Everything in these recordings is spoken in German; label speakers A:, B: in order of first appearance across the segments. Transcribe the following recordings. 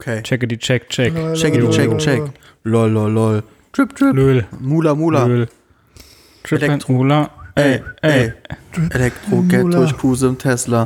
A: Okay.
B: Checkity check, check.
A: Checkity check, check. Lol, lol, lol. Trip, trip.
B: Löl.
A: Mula, mula.
B: Löl. Trip
A: Elektro.
B: Mula.
A: Ey. Elektro, Get durch Cruise im Tesla.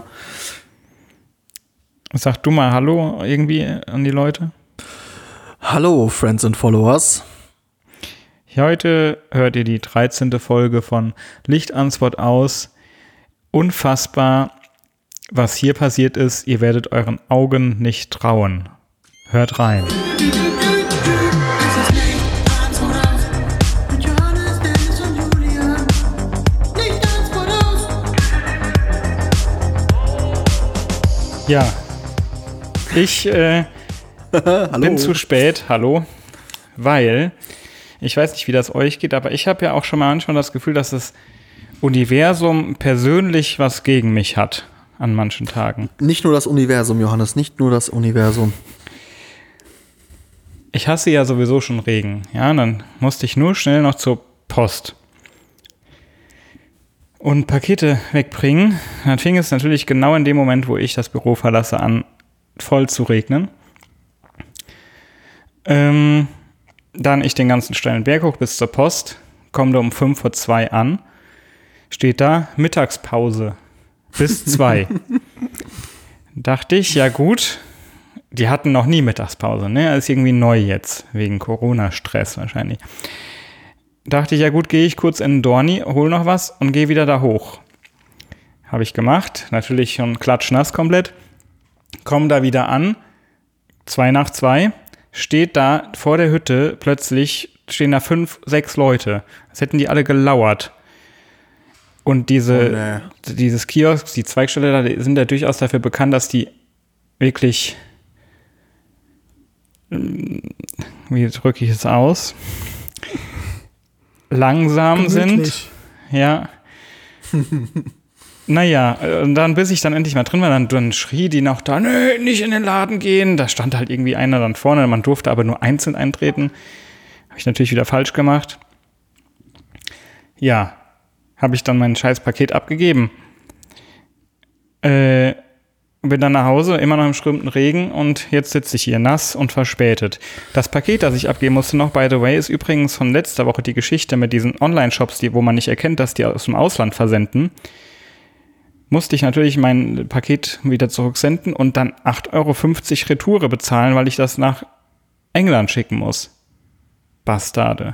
B: Sag du mal Hallo irgendwie an die Leute.
A: Hallo, Friends and Followers.
B: Heute hört ihr die 13. Folge von Licht an, Spot aus. Unfassbar, was hier passiert ist. Ihr werdet euren Augen nicht trauen. Hört rein. Ja, ich bin zu spät, hallo, weil, ich weiß nicht, wie das euch geht, aber ich habe ja auch schon manchmal das Gefühl, dass das Universum persönlich was gegen mich hat an manchen Tagen.
A: Nicht nur das Universum, Johannes, nicht nur das Universum.
B: Ich hasse ja sowieso schon Regen, ja, dann musste ich nur schnell noch zur Post und Pakete wegbringen. Dann fing es natürlich genau in dem Moment, wo ich das Büro verlasse, an, voll zu regnen. Dann ich den ganzen steilen Berg hoch bis zur Post, komme da um 1:55 an, steht da Mittagspause bis 2. Dachte ich, ja gut, die hatten noch nie Mittagspause, ne? Das ist irgendwie neu jetzt, wegen Corona-Stress wahrscheinlich. Dachte ich, ja gut, gehe ich kurz in den Dorni, hol noch was und gehe wieder da hoch. Habe ich gemacht, natürlich schon klatschnass komplett. Komm da wieder an, 1:55, steht da vor der Hütte, plötzlich stehen da 5, 6 Leute. Als hätten die alle gelauert. Und dieses Kiosk, die Zweigstelle da, die sind ja durchaus dafür bekannt, dass die wirklich, wie drücke ich es aus, langsam
C: gemütlich
B: sind. Ja. Naja, und dann, bis ich dann endlich mal drin war, dann schrie die noch da, nö, nicht in den Laden gehen. Da stand halt irgendwie einer dann vorne, man durfte aber nur einzeln eintreten. Habe ich natürlich wieder falsch gemacht. Ja, habe ich dann mein scheiß Paket abgegeben. Bin dann nach Hause, immer noch im strömenden Regen und jetzt sitze ich hier nass und verspätet. Das Paket, das ich abgeben musste noch, by the way, ist übrigens von letzter Woche die Geschichte mit diesen Online-Shops, wo man nicht erkennt, dass die aus dem Ausland versenden. Musste ich natürlich mein Paket wieder zurücksenden und dann 8,50 € Retoure bezahlen, weil ich das nach England schicken muss. Bastarde.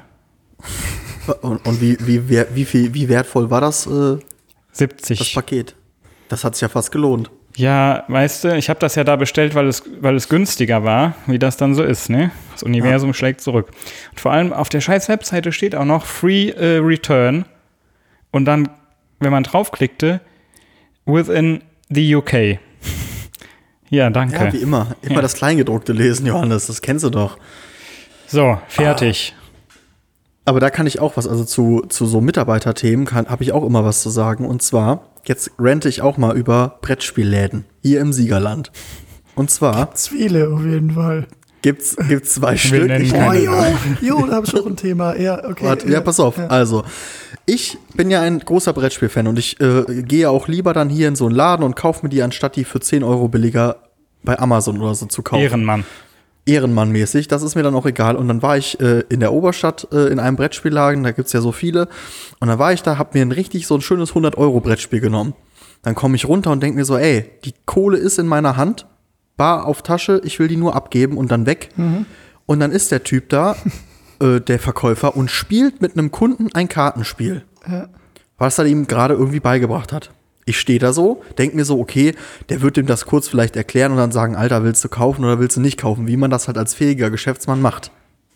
A: Und wie wertvoll war das,
B: 70.
A: das Paket? Das hat sich ja fast gelohnt.
B: Ja, weißt du, ich habe das ja da bestellt, weil es günstiger war, wie das dann so ist, ne? Das Universum schlägt zurück. Und vor allem auf der scheiß Webseite steht auch noch Free Return. Und dann, wenn man draufklickte, within the UK. Ja, danke.
A: Ja, wie immer. Immer das Kleingedruckte lesen, Johannes, das kennst du doch.
B: So, fertig.
A: Aber da kann ich auch was, also zu so Mitarbeiterthemen habe ich auch immer was zu sagen. Und zwar, jetzt rente ich auch mal über Brettspielläden hier im Siegerland. Und zwar
C: Gibt's viele auf jeden Fall.
A: gibt's 2 Stück.
B: nennen
A: Ich-
B: keine.
C: Jo, da habe ich auch ein Thema. Ja, okay.
A: Warte, ja, pass auf.
C: Ja.
A: Also, ich bin ja ein großer Brettspielfan und ich gehe auch lieber dann hier in so einen Laden und kaufe mir die, anstatt die für 10 € billiger bei Amazon oder so zu kaufen.
B: Ehrenmann.
A: Ehrenmannmäßig, das ist mir dann auch egal. Und dann war ich in der Oberstadt in einem Brettspielladen, da gibt's ja so viele. Und dann war ich da, hab mir so ein schönes 100-€ Brettspiel genommen. Dann komme ich runter und denk mir so, ey, die Kohle ist in meiner Hand, bar auf Tasche, ich will die nur abgeben und dann weg. Und dann ist der Typ da, der Verkäufer, und spielt mit einem Kunden ein Kartenspiel.
C: Ja.
A: Was er ihm gerade irgendwie beigebracht hat. Ich stehe da so, denk mir so, okay, der wird ihm das kurz vielleicht erklären und dann sagen, Alter, willst du kaufen oder willst du nicht kaufen? Wie man das halt als fähiger Geschäftsmann macht.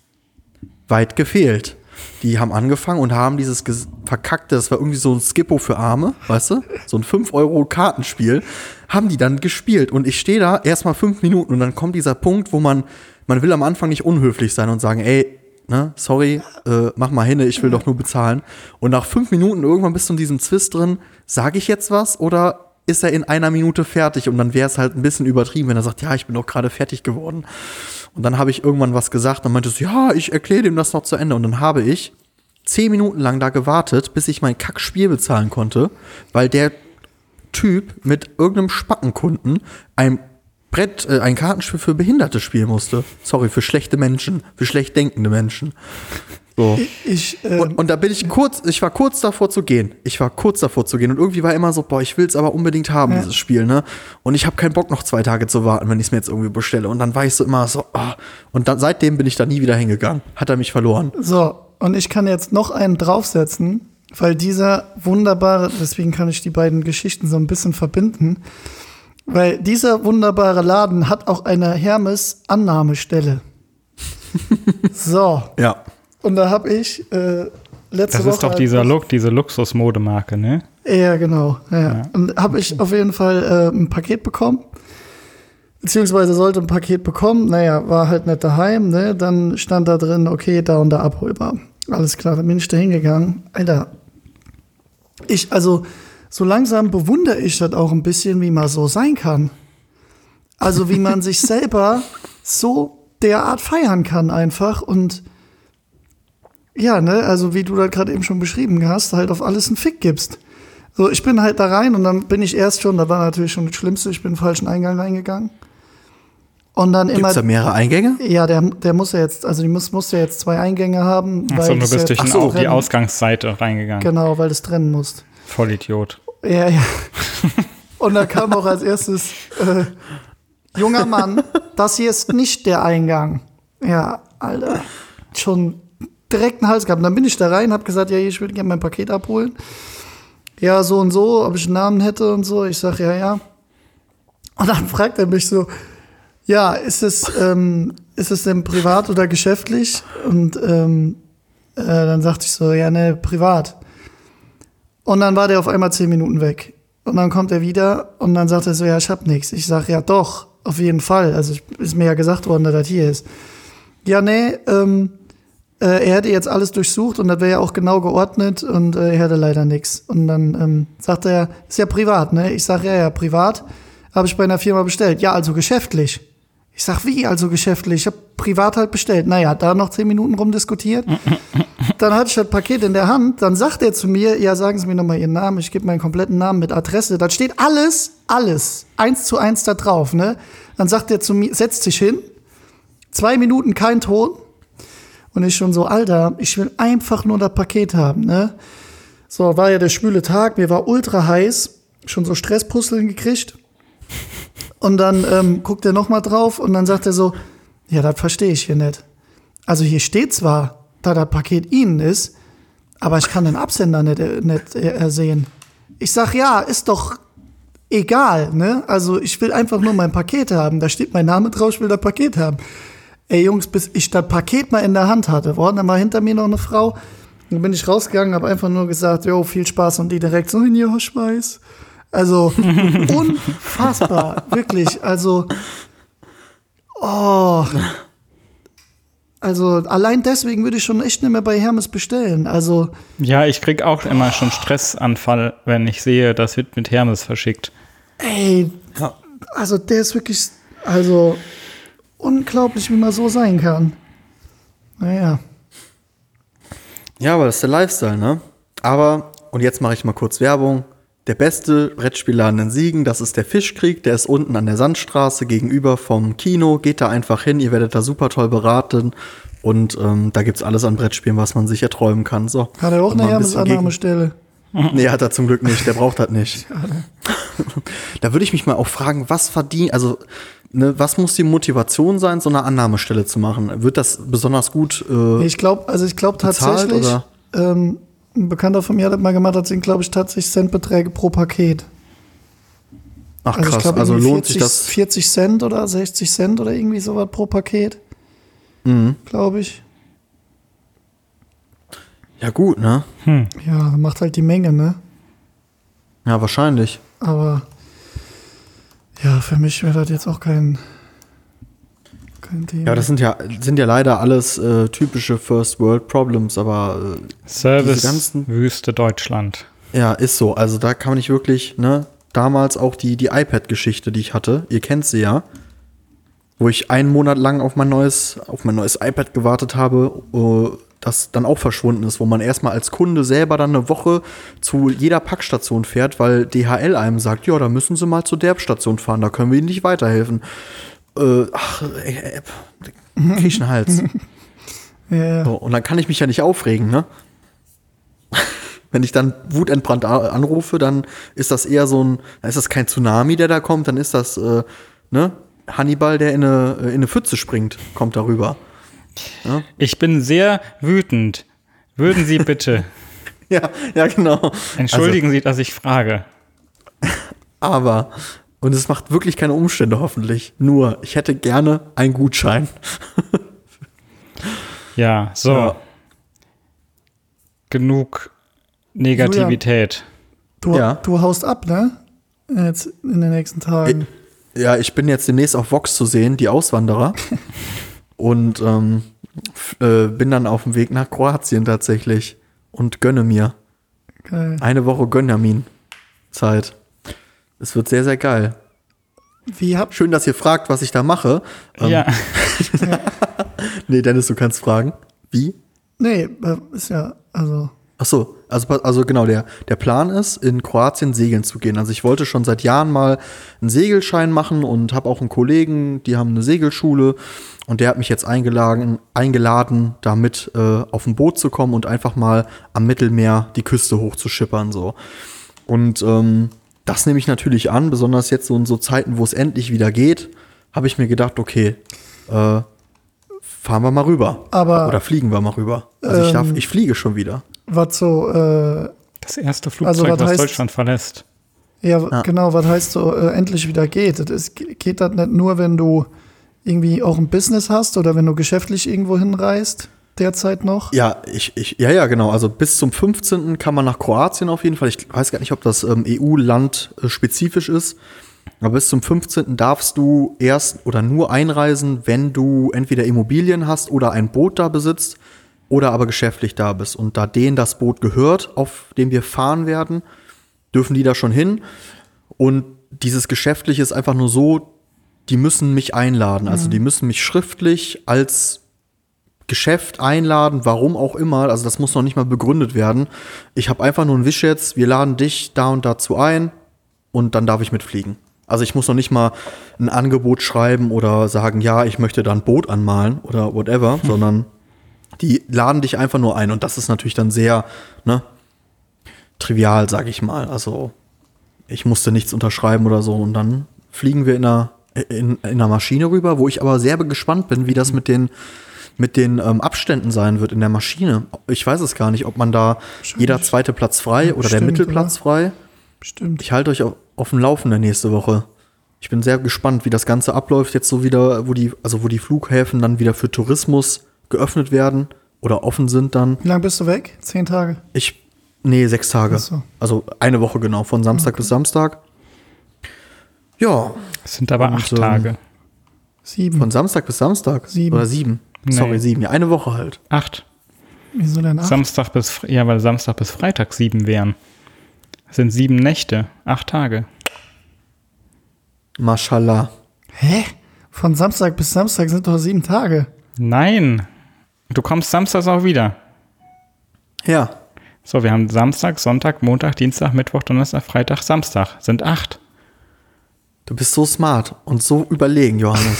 A: Weit gefehlt. Die haben angefangen und haben dieses verkackte, das war irgendwie so ein Skippo für Arme, weißt du? So ein 5-€ Kartenspiel, haben die dann gespielt. Und ich stehe da erstmal 5 Minuten und dann kommt dieser Punkt, wo man will am Anfang nicht unhöflich sein und sagen, ey, ne, sorry, mach mal hin, ich will doch nur bezahlen. Und nach 5 Minuten irgendwann bist du in diesem Zwist drin, sage ich jetzt was oder ist er in 1 Minute fertig? Und dann wäre es halt ein bisschen übertrieben, wenn er sagt, ja, ich bin doch gerade fertig geworden. Und dann habe ich irgendwann was gesagt und meinte so, ja, ich erkläre dem das noch zu Ende. Und dann habe ich 10 Minuten lang da gewartet, bis ich mein Kackspiel bezahlen konnte, weil der Typ mit irgendeinem Spackenkunden einem ein Kartenspiel für Behinderte spielen musste. Sorry, für schlechte Menschen, für schlecht denkende Menschen. So. Und da bin ich war kurz davor zu gehen. Und irgendwie war immer so, boah, ich will es aber unbedingt haben, dieses Spiel, ne? Und ich habe keinen Bock, noch 2 Tage zu warten, wenn ich es mir jetzt irgendwie bestelle. Und dann war ich so immer so, Und dann, seitdem bin ich da nie wieder hingegangen. Hat er mich verloren.
C: So, und ich kann jetzt noch einen draufsetzen, weil dieser wunderbare, deswegen kann ich die beiden Geschichten so ein bisschen verbinden, weil dieser wunderbare Laden hat auch eine Hermes-Annahmestelle. So.
A: Ja.
C: Und da habe ich letzte Woche.
B: Das ist doch diese Luxusmodemarke, ne?
C: Ja, genau. Ja. Und habe ich auf jeden Fall ein Paket bekommen. Beziehungsweise sollte ein Paket bekommen. Naja, war halt nicht daheim, ne? Dann stand da drin, okay, da und da abholbar. Alles klar, dann bin ich da hingegangen. Alter, so langsam bewundere ich das auch ein bisschen, wie man so sein kann. Also wie man sich selber so derart feiern kann einfach und ja, ne, also wie du das gerade eben schon beschrieben hast, halt auf alles einen Fick gibst. So, ich bin halt da rein und dann bin ich erst schon, da war natürlich schon das Schlimmste, ich bin den falschen Eingang reingegangen. Und dann immer.
A: Gibt's da mehrere Eingänge?
C: Ja, der muss ja jetzt, also die muss ja jetzt 2 Eingänge haben.
B: Achso, du bist durch die
C: Ausgangsseite
B: Ausgangsseite reingegangen.
C: Genau, weil du es trennen musst.
B: Vollidiot.
C: Ja. Und da kam auch als erstes, junger Mann, das hier ist nicht der Eingang. Ja, Alter, schon direkt einen Hals gehabt. Und dann bin ich da rein, hab gesagt, ja, ich würde gerne mein Paket abholen. Ja, so und so, ob ich einen Namen hätte und so. Ich sag, ja. Und dann fragt er mich so, ja, ist es denn privat oder geschäftlich? Und dann sagte ich so, ja, ne, privat. Und dann war der auf einmal 10 Minuten weg. Und dann kommt er wieder und dann sagt er so, ja, ich hab nichts. Ich sag, ja, doch, auf jeden Fall. Also ist mir ja gesagt worden, dass das hier ist. Ja, nee, er hätte jetzt alles durchsucht und das wäre ja auch genau geordnet und er hätte leider nichts. Und dann sagt er, ist ja privat, ne? Ich sag, ja, privat. Habe ich bei einer Firma bestellt. Ja, also geschäftlich. Ich sag, wie, also geschäftlich? Ich habe privat halt bestellt. Naja, da noch 10 Minuten rumdiskutiert. Dann hatte ich das Paket in der Hand. Dann sagt er zu mir, ja, sagen Sie mir nochmal Ihren Namen. Ich gebe meinen kompletten Namen mit Adresse. Da steht alles, 1:1 da drauf, ne? Dann sagt er zu mir, setzt sich hin. 2 Minuten kein Ton. Und ich schon so, Alter, ich will einfach nur das Paket haben, ne? So, war ja der schwüle Tag. Mir war ultra heiß. Schon so Stresspusteln gekriegt. Und dann guckt er noch mal drauf und dann sagt er so, ja, das verstehe ich hier nicht. Also hier steht zwar, da das Paket Ihnen ist, aber ich kann den Absender nicht sehen. Ich sag, ja, ist doch egal, ne? Also ich will einfach nur mein Paket haben. Da steht mein Name drauf, ich will das Paket haben. Ey, Jungs, bis ich das Paket mal in der Hand hatte, war dann mal hinter mir noch eine Frau. Dann bin ich rausgegangen, habe einfach nur gesagt, jo, viel Spaß und die direkt so, ja, Scheiß. Also, unfassbar, wirklich, also, allein deswegen würde ich schon echt nicht mehr bei Hermes bestellen, also.
B: Ja, ich krieg auch immer schon Stressanfall, wenn ich sehe, das wird mit Hermes verschickt.
C: Ey, also der ist wirklich, also, unglaublich, wie man so sein kann. Naja.
A: Ja, aber das ist der Lifestyle, ne? Aber, und jetzt mache ich mal kurz Werbung. Der beste Brettspielladen in Siegen, das ist der Fischkrieg, der ist unten an der Sandstraße gegenüber vom Kino. Geht da einfach hin, ihr werdet da super toll beraten und da gibt's alles an Brettspielen, was man sich erträumen kann. So.
C: Hat er auch eine Hermes-Annahmestelle?
A: Nee, hat er zum Glück nicht, der braucht das nicht. Da würde ich mich mal auch fragen, was verdient, also ne, was muss die Motivation sein, so eine Annahmestelle zu machen? Wird das besonders gut
C: Ich glaube tatsächlich,
A: oder?
C: Ein Bekannter von mir hat das mal gemacht, das sind, glaube ich, tatsächlich Centbeträge pro Paket.
A: Ach krass, also lohnt sich das?
C: 40 Cent oder 60 Cent oder irgendwie sowas pro Paket, glaube ich.
A: Ja gut, ne?
C: Ja, macht halt die Menge, ne?
A: Ja, wahrscheinlich.
C: Aber ja, für mich wäre das jetzt auch kein Thema.
A: Ja, das sind ja leider alles typische First World Problems, aber
B: Service-Wüste Deutschland.
A: Ja, ist so. Also da kann man nicht wirklich, ne? Damals auch die iPad-Geschichte, die ich hatte, ihr kennt sie ja, wo ich einen Monat lang auf mein neues iPad gewartet habe, das dann auch verschwunden ist, wo man erstmal als Kunde selber dann eine Woche zu jeder Packstation fährt, weil DHL einem sagt, ja, da müssen Sie mal zur der Station fahren, da können wir Ihnen nicht weiterhelfen. Krieg ich einen Hals.
C: Ja.
A: So, und dann kann ich mich ja nicht aufregen, ne? Wenn ich dann wutentbrannt anrufe, dann ist das eher dann ist das kein Tsunami, der da kommt, dann ist das, Hannibal, der in eine Pfütze springt, kommt darüber. Ja?
B: Ich bin sehr wütend. Würden Sie bitte
A: Ja, genau.
B: entschuldigen Sie, dass ich frage.
A: Aber, und es macht wirklich keine Umstände hoffentlich, nur ich hätte gerne einen Gutschein.
B: Ja, so.
A: Ja.
B: Genug Negativität.
C: Du haust ab, ne? Jetzt in den nächsten Tagen.
A: Ja, ich bin jetzt demnächst auf Vox zu sehen, die Auswanderer. Und bin dann auf dem Weg nach Kroatien tatsächlich und gönne mir.
C: Geil.
A: Eine Woche Gönjamin-Zeit. Es wird sehr, sehr geil. Schön, dass ihr fragt, was ich da mache.
B: Ja.
A: Nee, Dennis, du kannst fragen. Wie?
C: Nee, ist ja, also.
A: Ach so, also genau, der Plan ist, in Kroatien segeln zu gehen. Also ich wollte schon seit Jahren mal einen Segelschein machen und habe auch einen Kollegen, die haben eine Segelschule und der hat mich jetzt eingeladen, da mit auf ein Boot zu kommen und einfach mal am Mittelmeer die Küste hochzuschippern so. Und das nehme ich natürlich an, besonders jetzt so in so Zeiten, wo es endlich wieder geht, habe ich mir gedacht, okay, fahren wir mal rüber. Oder fliegen wir mal rüber. Also ich fliege schon wieder.
C: Was so,
B: das erste Flugzeug, was Deutschland verlässt.
C: Ja, genau, was heißt so, endlich wieder geht? Geht das nicht nur, wenn du irgendwie auch ein Business hast oder wenn du geschäftlich irgendwo hinreist, derzeit noch?
A: Ja, ja, genau. Also bis zum 15. kann man nach Kroatien auf jeden Fall. Ich weiß gar nicht, ob das EU-Land spezifisch ist. Aber bis zum 15. darfst du erst oder nur einreisen, wenn du entweder Immobilien hast oder ein Boot da besitzt oder aber geschäftlich da bist. Und da denen das Boot gehört, auf dem wir fahren werden, dürfen die da schon hin. Und dieses Geschäftliche ist einfach nur so, die müssen mich einladen. Also die müssen mich schriftlich als Geschäft einladen, warum auch immer. Also das muss noch nicht mal begründet werden. Ich habe einfach nur einen Wisch jetzt, wir laden dich da und dazu ein und dann darf ich mitfliegen. Also ich muss noch nicht mal ein Angebot schreiben oder sagen, ja, ich möchte da ein Boot anmalen oder whatever, sondern die laden dich einfach nur ein. Und das ist natürlich dann sehr, trivial, sag ich mal. Also ich musste nichts unterschreiben oder so. Und dann fliegen wir in einer Maschine rüber, wo ich aber sehr gespannt bin, wie das mit den Abständen sein wird in der Maschine. Ich weiß es gar nicht, ob man da jeder zweite Platz frei oder der Mittelplatz frei.
C: Bestimmt.
A: Ich halte euch auf dem Laufenden nächste Woche. Ich bin sehr gespannt, wie das Ganze abläuft jetzt so wieder, wo die Flughäfen dann wieder für Tourismus geöffnet werden oder offen sind dann.
C: Wie lange bist du weg? 10 Tage?
A: 6 Tage.
C: Ach so.
A: Also eine Woche genau, von Samstag bis Samstag. Ja.
B: Es sind aber 8 Tage.
C: 7.
A: Von Samstag bis Samstag?
C: 7.
A: Oder 7?
B: Nee.
A: Sorry, 7. Ja, eine Woche halt.
B: 8.
C: Wieso denn 8?
B: Weil Samstag bis Freitag 7 wären. Das sind 7 Nächte, 8 Tage.
A: Mashallah.
C: Hä? Von Samstag bis Samstag sind doch 7 Tage.
B: Nein. Du kommst samstags auch wieder.
A: Ja.
B: So, wir haben Samstag, Sonntag, Montag, Dienstag, Mittwoch, Donnerstag, Freitag, Samstag. Sind 8.
A: Du bist so smart und so überlegen, Johannes.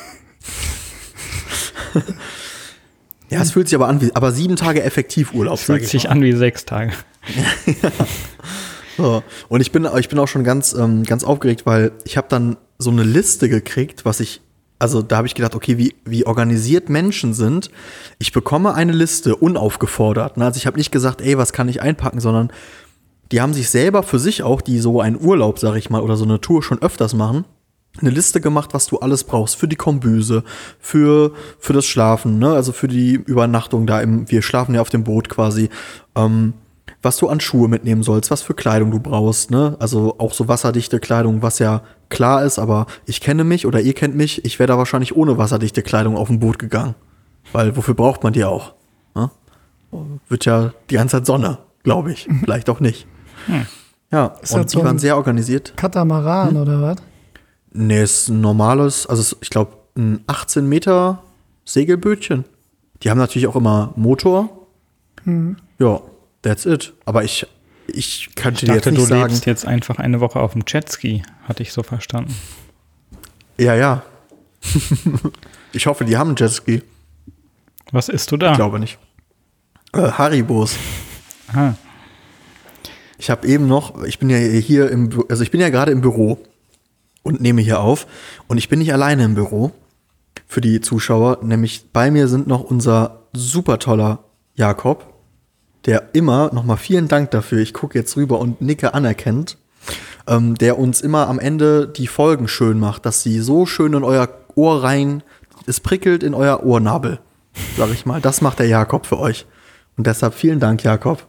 A: Ja, es fühlt sich aber an aber 7 Tage effektiv Urlaub.
B: Fühlt sich an wie 6 Tage.
A: Ja. So. Und ich bin auch schon ganz aufgeregt, weil ich habe dann so eine Liste gekriegt, da habe ich gedacht, okay, wie organisiert Menschen sind. Ich bekomme eine Liste unaufgefordert. Also ich habe nicht gesagt, ey, was kann ich einpacken, sondern die haben sich selber für sich auch, die so einen Urlaub, sag ich mal, oder so eine Tour schon öfters machen, eine Liste gemacht, was du alles brauchst für die Kombüse, für das Schlafen, ne? Also für die Übernachtung wir schlafen ja auf dem Boot quasi, was du an Schuhe mitnehmen sollst, was für Kleidung du brauchst, ne? Also auch so wasserdichte Kleidung, was ja klar ist, aber ich kenne mich oder ihr kennt mich, ich wäre da wahrscheinlich ohne wasserdichte Kleidung auf ein Boot gegangen. Weil wofür braucht man die auch? Ne? Wird ja die ganze Zeit Sonne, glaube ich. Vielleicht auch nicht. Ja,
C: Ist
A: und
C: das
A: die
C: so
A: waren
C: ein
A: sehr organisiert.
C: Katamaran oder was?
A: Nee, ist ein normales, also ich glaube ein 18 Meter Segelbötchen. Die haben natürlich auch immer Motor. Ja, that's it. Aber ich könnte dir jetzt nicht
B: du
A: sagen.
B: lebst jetzt einfach eine Woche auf dem Jetski, hatte ich so verstanden.
A: Ja. Ich hoffe, die haben einen Jetski.
B: Was isst du da?
A: Ich glaube nicht. Haribos.
B: Aha.
A: Ich habe eben noch, ich bin ja hier ich bin ja gerade im Büro und nehme hier auf. Und ich bin nicht alleine im Büro. Für die Zuschauer, nämlich bei mir sind noch unser super toller Jakob, der immer, nochmal vielen Dank dafür, ich gucke jetzt rüber und nicke anerkennt, der uns immer am Ende die Folgen schön macht, dass sie so schön in euer Ohr rein, es prickelt in euer Ohrnabel, sag ich mal. Das macht der Jakob für euch. Und deshalb vielen Dank, Jakob.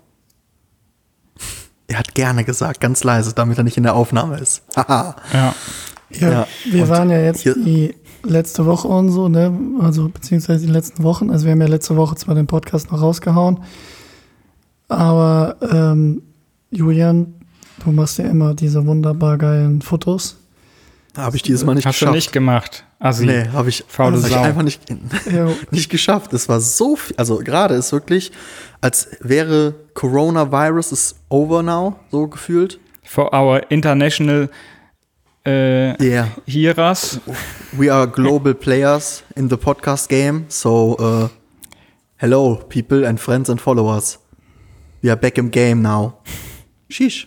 A: Er hat gerne gesagt, ganz leise, damit er nicht in der Aufnahme ist. Haha.
C: Ja, wir waren ja jetzt die letzte Woche und so, ne? Also beziehungsweise die letzten Wochen. Also wir haben ja letzte Woche zwar den Podcast noch rausgehauen, aber Julian, du machst ja immer diese wunderbar geilen Fotos.
A: Habe ich dieses Mal nicht
B: Hast
A: geschafft.
B: du nicht gemacht? Assi.
A: Nee, habe ich einfach nicht geschafft. Es war so viel, also gerade ist wirklich, als wäre Coronavirus is over now, so gefühlt.
B: For our international hearers.
A: We are global players in the podcast game, so hello people and friends and followers. We are back im game now. Sheesh.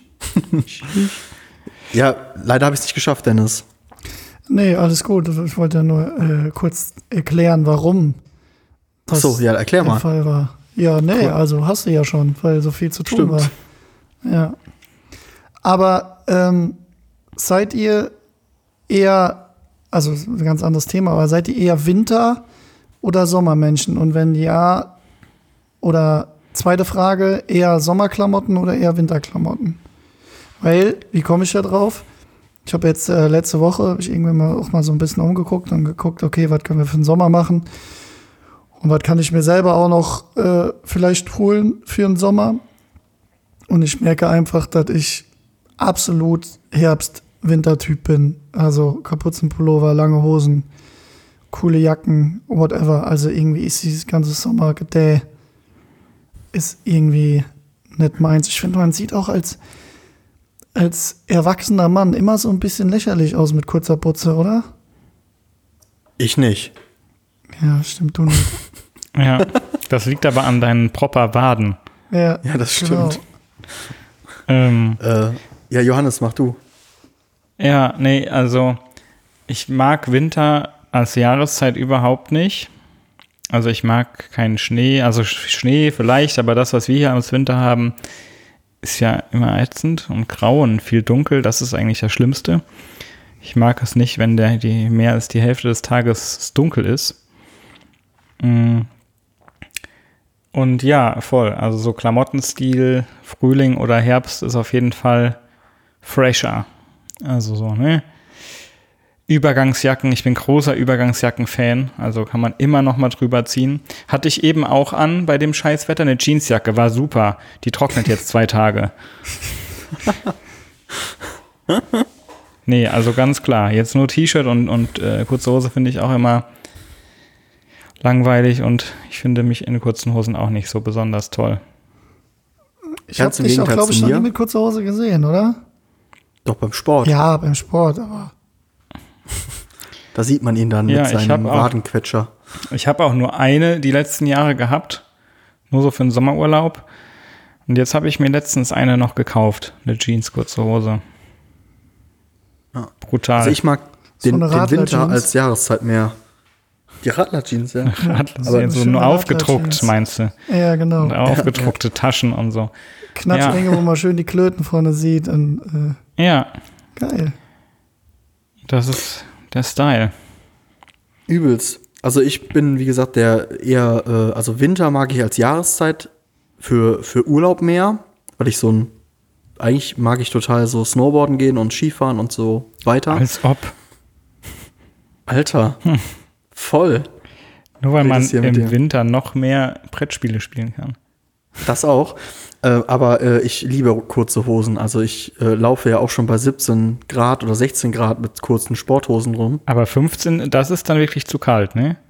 A: Ja, leider habe ich es nicht geschafft, Dennis.
C: Nee, alles gut. Ich wollte ja nur kurz erklären, warum das
A: Ach so, ja, erklär
C: der
A: mal.
C: Fall war. Ja, nee,
A: Cool.
C: Also hast du ja schon, weil so viel zu tun
A: Stimmt.
C: war. Ja. Aber seid ihr eher, also ein ganz anderes Thema, aber seid ihr eher Winter- oder Sommermenschen? Und wenn ja, oder zweite Frage, eher Sommerklamotten oder eher Winterklamotten? Weil, wie komme ich da drauf? Ich habe jetzt letzte Woche hab ich irgendwann auch mal so ein bisschen umgeguckt und geguckt, okay, was können wir für den Sommer machen? Und was kann ich mir selber auch noch vielleicht holen für den Sommer? Und ich merke einfach, dass ich absolut Herbst-Winter-Typ bin. Also Kapuzenpullover, lange Hosen, coole Jacken, whatever. Also irgendwie ist dieses ganze Sommergedäh ist irgendwie nicht meins. Ich finde, man sieht auch als erwachsener Mann immer so ein bisschen lächerlich aus mit kurzer Putze, oder?
A: Ich nicht.
C: Ja, stimmt, du nicht.
B: Ja, das liegt aber an deinen proper Waden.
C: Ja,
A: Ja, das stimmt. Ja, Johannes, mach du.
B: Ja, nee, also ich mag Winter als Jahreszeit überhaupt nicht. Also ich mag keinen Schnee, also Schnee vielleicht, aber das, was wir hier als Winter haben, ist ja immer ätzend und grau und viel dunkel. Das ist eigentlich das Schlimmste. Ich mag es nicht, wenn mehr als die Hälfte des Tages dunkel ist. Und ja, voll. Also so Klamottenstil, Frühling oder Herbst ist auf jeden Fall fresher. Also so, ne? Übergangsjacken, ich bin großer Übergangsjacken-Fan, also kann man immer noch mal drüber ziehen. Hatte ich eben auch an bei dem Scheißwetter, eine Jeansjacke, war super. Die trocknet jetzt 2 Tage. Nee, also ganz klar. Jetzt nur T-Shirt und kurze Hose finde ich auch immer langweilig und ich finde mich in kurzen Hosen auch nicht so besonders toll.
C: Ich habe dich auch, glaube ich, noch nie mit kurzer Hose gesehen, oder?
A: Doch, beim Sport.
C: Ja, beim Sport, aber
A: Da sieht man ihn dann mit seinem Wadenquetscher.
B: Ich habe auch nur eine die letzten Jahre gehabt, nur so für den Sommerurlaub. Und jetzt habe ich mir letztens eine noch gekauft, eine Jeans, kurze Hose.
A: Ja.
B: Brutal.
A: Also ich mag den Winter
C: Jeans.
A: als Jahreszeit mehr. Die Radler-Jeans, ja.
B: Also so nur aufgedruckt, meinst du?
C: Ja, genau.
B: Und aufgedruckte Taschen und so.
C: Knatschringe, wo man schön die Klöten vorne sieht. Und,
B: ja.
C: Geil.
B: Das ist der Style.
A: Übelst. Also ich bin, wie gesagt, der eher, also Winter mag ich als Jahreszeit für Urlaub mehr, weil ich eigentlich mag ich total so Snowboarden gehen und Skifahren und so weiter.
B: Als ob.
A: Alter, voll.
B: Nur weil man im Winter noch mehr Brettspiele spielen kann.
A: Das auch. Aber ich liebe kurze Hosen. Also ich laufe ja auch schon bei 17 Grad oder 16 Grad mit kurzen Sporthosen rum.
B: Aber 15, das ist dann wirklich zu kalt, ne?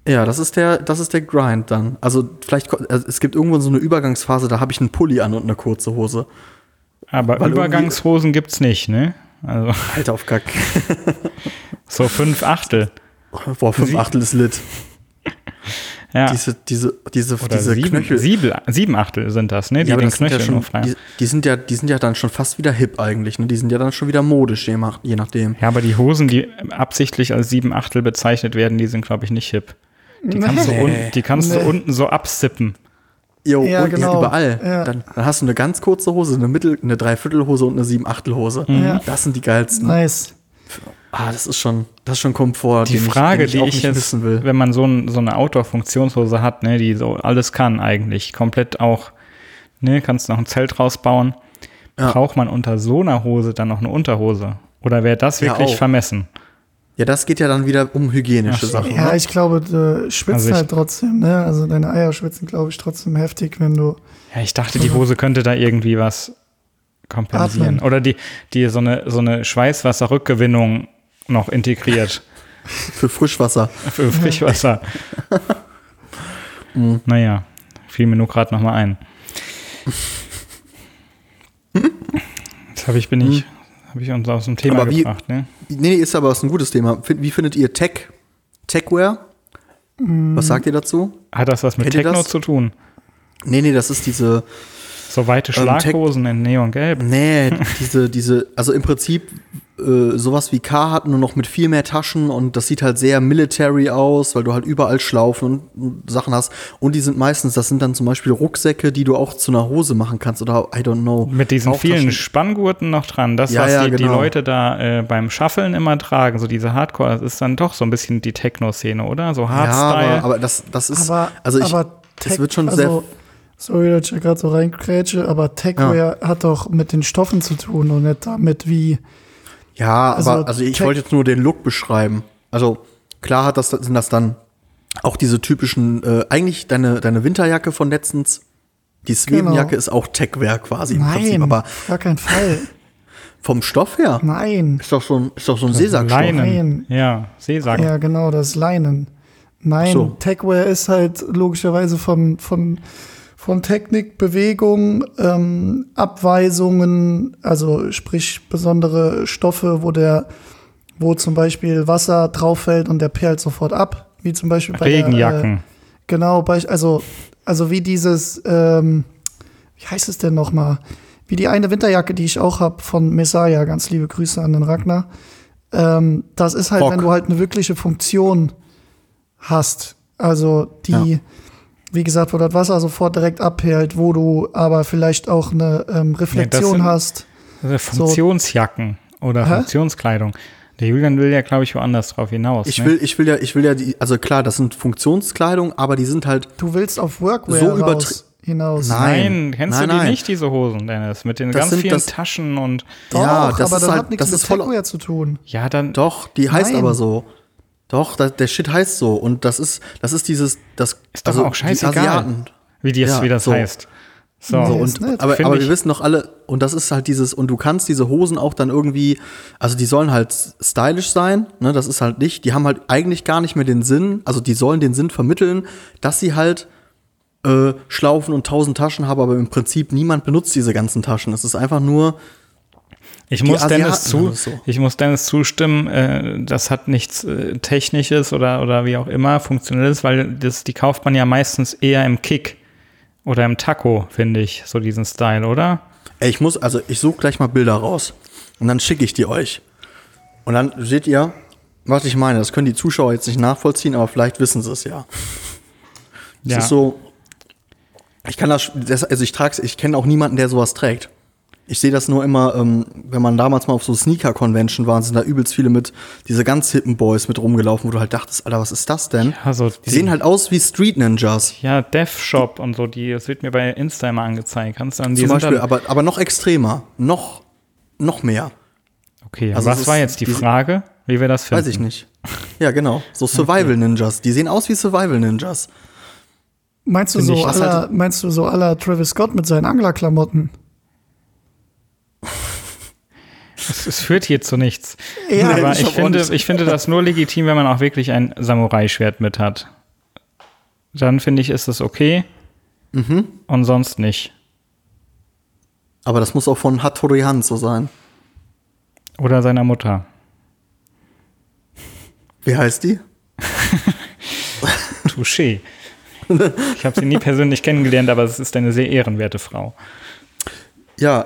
A: Ja, das ist der Grind dann. Also also es gibt irgendwo so eine Übergangsphase, da habe ich einen Pulli an und eine kurze Hose.
B: Aber
A: Weil
B: Übergangshosen gibt's nicht, ne? Also
A: Alter, auf Kack.
B: so 5/8.
A: Boah, 5/8 ist lit.
B: Ja.
A: Diese
B: Oder
A: Knöchel.
B: 7/8 sind das, ne? Die
A: Ja, aber
B: den
A: das sind ja
B: Knöchel
A: schon,
B: nur frei.
A: die sind ja dann schon fast wieder hip eigentlich. Ne? Die sind ja dann schon wieder modisch, je nachdem.
B: Ja, aber die Hosen, die absichtlich als 7/8 bezeichnet werden, die sind, glaube ich, nicht hip. Die kannst du unten so absippen.
A: Jo,
C: Ja,
A: und
C: genau.
A: überall.
C: Ja.
A: Dann hast du eine ganz kurze Hose, eine Dreiviertelhose und eine 7/8 Hose.
C: Ja.
A: Das sind die geilsten.
C: Nice.
A: Das ist schon Komfort,
B: Die Frage, die
A: auch
B: ich
A: nicht
B: jetzt,
A: wissen will.
B: wenn man so eine Outdoor-Funktionshose hat, ne, die so alles kann eigentlich, komplett auch, ne, kannst noch ein Zelt rausbauen, braucht man unter so einer Hose dann noch eine Unterhose? Oder wäre das
A: Ja,
B: wirklich
A: auch.
B: vermessen?
A: Ja, das geht ja dann wieder um hygienische
B: Ach so.
A: Sachen.
C: Ja,
A: ne?
C: ich glaube, du schwitzt
B: Also ich-
C: halt trotzdem, ne? Also deine Eier schwitzen, glaube ich, trotzdem heftig, wenn du.
B: Ja, ich dachte, die Hose könnte da irgendwie was kompensieren.
C: Atmen.
B: Oder die so eine Schweißwasserrückgewinnung noch integriert
A: Für Frischwasser.
B: für Frischwasser. Naja, fiel mir nur gerade nochmal ein. Jetzt habe ich uns aus dem Thema
A: Aber
B: gebracht, ne?
A: Nee, ist aber ein gutes Thema. Wie findet ihr Techwear? Was sagt ihr dazu?
B: Hat das was mit
A: Kennt ihr
B: Techno
A: das?
B: zu tun?
A: Nee, das ist diese,
B: So weite
A: Tech-
B: Schlaghosen in Neongelb.
A: also im Prinzip sowas wie Carhartt, nur noch mit viel mehr Taschen und das sieht halt sehr military aus, weil du halt überall Schlaufen und Sachen hast. Und die sind meistens, das sind dann zum Beispiel Rucksäcke, die du auch zu einer Hose machen kannst oder I don't know.
B: Mit diesen vielen
A: Bauchtaschen.
B: Spanngurten noch dran. Das,
A: Ja,
B: was
A: ja,
B: die
A: genau.
B: Leute da beim Shuffeln immer tragen, so diese Hardcore, das ist dann doch so ein bisschen die Techno-Szene, oder? So
A: Ja,
B: Hardstyle.
A: aber das ist,
C: Aber,
A: also
C: aber
A: das wird schon sehr,
C: sorry, dass ich gerade so reingrätsche, aber Techwear hat doch mit den Stoffen zu tun und nicht damit, wie.
A: ja,
C: also
A: aber ich wollte jetzt nur den Look beschreiben. Also klar sind das dann auch diese typischen, eigentlich deine Winterjacke von letztens, die Swedenjacke ist auch Techwear quasi im Prinzip,
C: Nein,
A: aber
C: auf gar keinen Fall.
A: vom Stoff her
C: Nein.
A: ist doch so ein Seesackstoff.
B: Leinen.
C: Nein.
B: Ja, Seesack.
C: Ja, genau, das ist Leinen. Nein,
A: Ach so.
C: Techwear ist halt logischerweise von Technik, Bewegung, Abweisungen, also sprich besondere Stoffe, wo zum Beispiel Wasser drauf fällt und der perlt sofort ab, wie zum Beispiel bei
B: Regenjacken.
C: genau, also wie dieses, wie heißt es denn nochmal? Wie die eine Winterjacke, die ich auch habe von Messiah, ganz liebe Grüße an den Ragnar. Das ist halt,
A: Rock.
C: wenn du halt eine wirkliche Funktion hast. Also die, wie gesagt, wo das Wasser sofort direkt abperlt, wo du aber vielleicht auch eine Reflexion
B: sind-
C: hast.
B: Also Funktionsjacken oder
C: Hä?
B: Funktionskleidung. Der Julian will ja, glaube ich, woanders drauf hinaus.
A: Ich
B: ne?
A: will ja also klar, das sind Funktionskleidung, aber die sind halt,
C: Du willst auf Workwear
A: So
C: hinaus.
B: Nein, kennst du die
A: nein.
B: nicht, diese Hosen, Dennis? Mit den
A: Das
B: ganz
A: sind
B: vielen
A: das-
B: Taschen und
C: Doch,
A: Ja, das
C: aber
A: ist
C: das
A: halt-
C: hat nichts
A: das
C: mit
A: ist voll-
C: Techwear zu tun.
B: ja, dann
A: doch, die heißt
C: Nein.
A: aber so. Doch, der Shit heißt so. Und das ist dieses, das,
B: ist doch auch
A: die
B: scheißegal,
A: Asiaten.
B: wie das
A: Ja, so.
B: heißt. So,
C: Nee.
A: So,
C: ist
A: und,
C: nett.
A: aber
B: Find
A: wir
B: ich-
A: wissen doch alle, und das ist halt dieses, und du kannst diese Hosen auch dann irgendwie, also die sollen halt stylisch sein, ne, das ist halt nicht, die haben halt eigentlich gar nicht mehr den Sinn, also die sollen den Sinn vermitteln, dass sie halt Schlaufen und 1000 Taschen haben, aber im Prinzip niemand benutzt diese ganzen Taschen. Es ist einfach nur,
B: ich muss,
A: Asiaten haben es so.
B: ich muss Dennis zustimmen, das hat nichts Technisches oder wie auch immer Funktionelles, weil die kauft man ja meistens eher im Kick oder im Taco, finde ich, so diesen Style, oder?
A: ich suche gleich mal Bilder raus und dann schicke ich die euch. Und dann seht ihr, was ich meine. Das können die Zuschauer jetzt nicht nachvollziehen, aber vielleicht wissen sie es ja.
B: Ja.
A: Es ist so, ich kenne auch niemanden, der sowas trägt. Ich sehe das nur immer, wenn man damals mal auf so Sneaker-Convention war, sind da übelst viele mit diese ganz hippen Boys mit rumgelaufen, wo du halt dachtest, Alter, was ist das denn?
B: Also
A: Die sehen halt aus wie Street Ninjas.
B: ja, Dev Shop und so, das wird mir bei Insta immer angezeigt. Kannst du dann
A: Zum Beispiel,
B: dann,
A: aber noch extremer. Noch mehr.
B: okay,
A: also
B: was
A: es
B: war
A: ist-
B: jetzt die
A: die-
B: Frage, wie wir das finden?
A: Weiß ich nicht. Ja, genau. So Survival Ninjas. Die sehen aus wie Survival Ninjas.
C: Meinst du
B: Finde
C: so
B: ich-
C: à la Travis Scott mit seinen Anglerklamotten?
B: Es führt hier zu nichts.
C: Ja,
B: aber
A: ich hab auch nicht.
B: ich finde das nur legitim, wenn man auch wirklich ein Samurai-Schwert mit hat. dann finde ich, ist es okay. Und sonst nicht.
A: Aber das muss auch von Hattori Hanzo sein.
B: Oder seiner Mutter.
A: Wie heißt die?
B: Touché. Ich habe sie nie persönlich kennengelernt, aber es ist eine sehr ehrenwerte Frau.
A: Ja,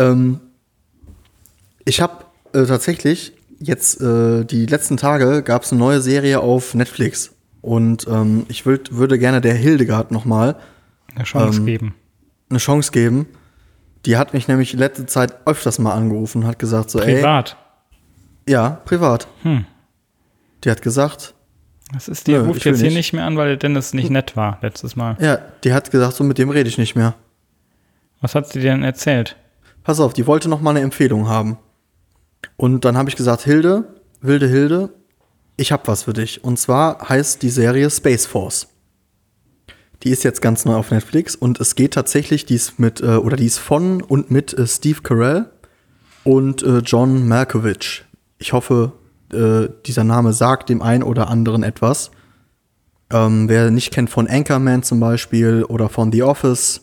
A: ich habe tatsächlich jetzt die letzten Tage gab es eine neue Serie auf Netflix. Und ich würde gerne der Hildegard nochmal
B: Eine Chance geben.
A: eine Chance geben. Die hat mich nämlich letzte Zeit öfters mal angerufen und hat gesagt so,
B: Privat.
A: Ja, privat. Die hat gesagt,
B: Das ist, die
A: Nö,
B: ruft
A: ich will
B: jetzt hier
A: nicht.
B: nicht mehr an, weil der Dennis nicht nett war letztes Mal.
A: ja, die hat gesagt, so mit dem rede ich nicht mehr.
B: Was hat sie dir denn erzählt?
A: Pass auf, die wollte noch mal eine Empfehlung haben. Und dann habe ich gesagt, wilde Hilde, ich habe was für dich. Und zwar heißt die Serie Space Force. Die ist jetzt ganz neu auf Netflix und es geht tatsächlich, die ist von und mit Steve Carell und John Malkovich. Ich hoffe, dieser Name sagt dem einen oder anderen etwas. Wer nicht kennt von Anchorman zum Beispiel oder von The Office.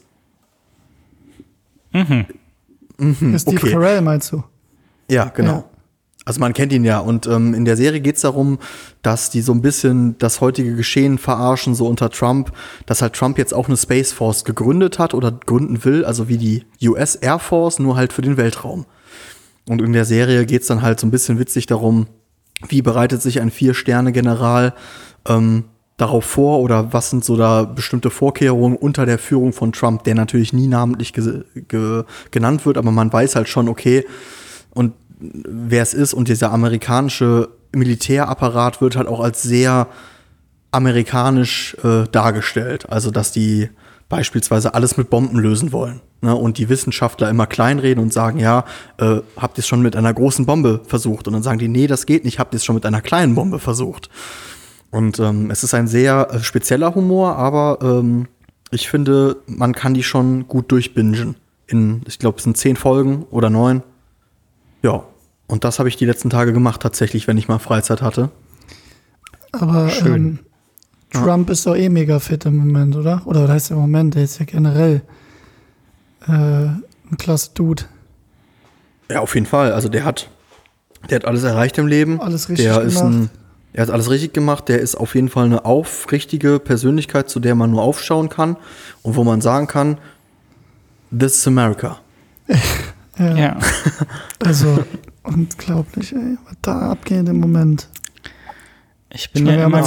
C: Steve
A: okay.
C: Carell meinst du?
A: Ja, genau.
C: Ja.
A: Also man kennt ihn ja. Und in der Serie geht es darum, dass die so ein bisschen das heutige Geschehen verarschen, so unter Trump, dass halt Trump jetzt auch eine Space Force gegründet hat oder gründen will, also wie die US Air Force, nur halt für den Weltraum. Und in der Serie geht es dann halt so ein bisschen witzig darum, wie bereitet sich ein 4-Sterne-General darauf vor oder was sind so da bestimmte Vorkehrungen unter der Führung von Trump, der natürlich nie namentlich genannt wird, aber man weiß halt schon, okay, und wer es ist, und dieser amerikanische Militärapparat wird halt auch als sehr amerikanisch dargestellt. Also, dass die beispielsweise alles mit Bomben lösen wollen. Ne? Und die Wissenschaftler immer kleinreden und sagen, ja, habt ihr es schon mit einer großen Bombe versucht? Und dann sagen die, nee, das geht nicht, habt ihr es schon mit einer kleinen Bombe versucht? Und es ist ein sehr spezieller Humor, aber ich finde, man kann die schon gut durchbingen. Ich glaube, es sind 10 Folgen oder 9. Ja, und das habe ich die letzten Tage gemacht, tatsächlich, wenn ich mal Freizeit hatte.
C: Aber
B: Schön.
C: Trump ist doch eh mega fit im Moment, oder? Oder was heißt im Moment? Der ist ja generell ein klasse Dude.
A: Ja, auf jeden Fall. Also der hat alles erreicht im Leben.
C: Alles richtig
A: Er
C: gemacht.
A: hat alles richtig gemacht. Der ist auf jeden Fall eine aufrichtige Persönlichkeit, zu der man nur aufschauen kann und wo man sagen kann, this is America.
B: Ja.
C: Also, unglaublich, ey. Was da abgeht im Moment.
B: Ich bin ja immer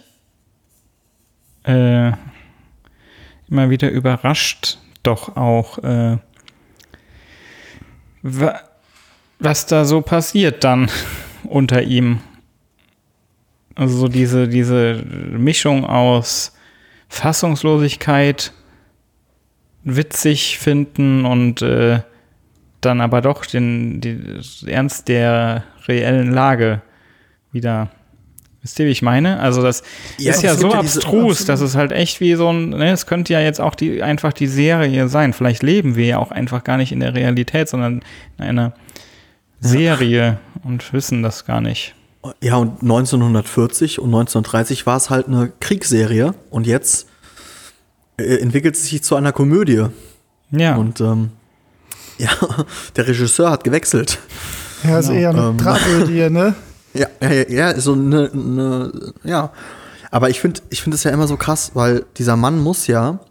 B: wieder überrascht, doch auch, was da so passiert dann unter ihm. Also so diese Mischung aus Fassungslosigkeit, witzig finden und dann aber doch den Ernst der reellen Lage wieder. Wisst ihr, wie ich meine? Also das ist ja so abstrus, dass es halt echt wie so ein, ne, es könnte ja jetzt auch einfach die Serie sein. Vielleicht leben wir ja auch einfach gar nicht in der Realität, sondern in einer Serie und wissen das gar nicht.
A: Ja, und 1940 und 1930 war es halt eine Kriegsserie und jetzt entwickelt es sich zu einer Komödie.
B: Ja.
A: Und ja, der Regisseur hat gewechselt.
C: Ja, ist eher eine Tragödie, ne?
A: Ja, so ja. Aber ich finde es ja immer so krass, weil dieser Mann muss ja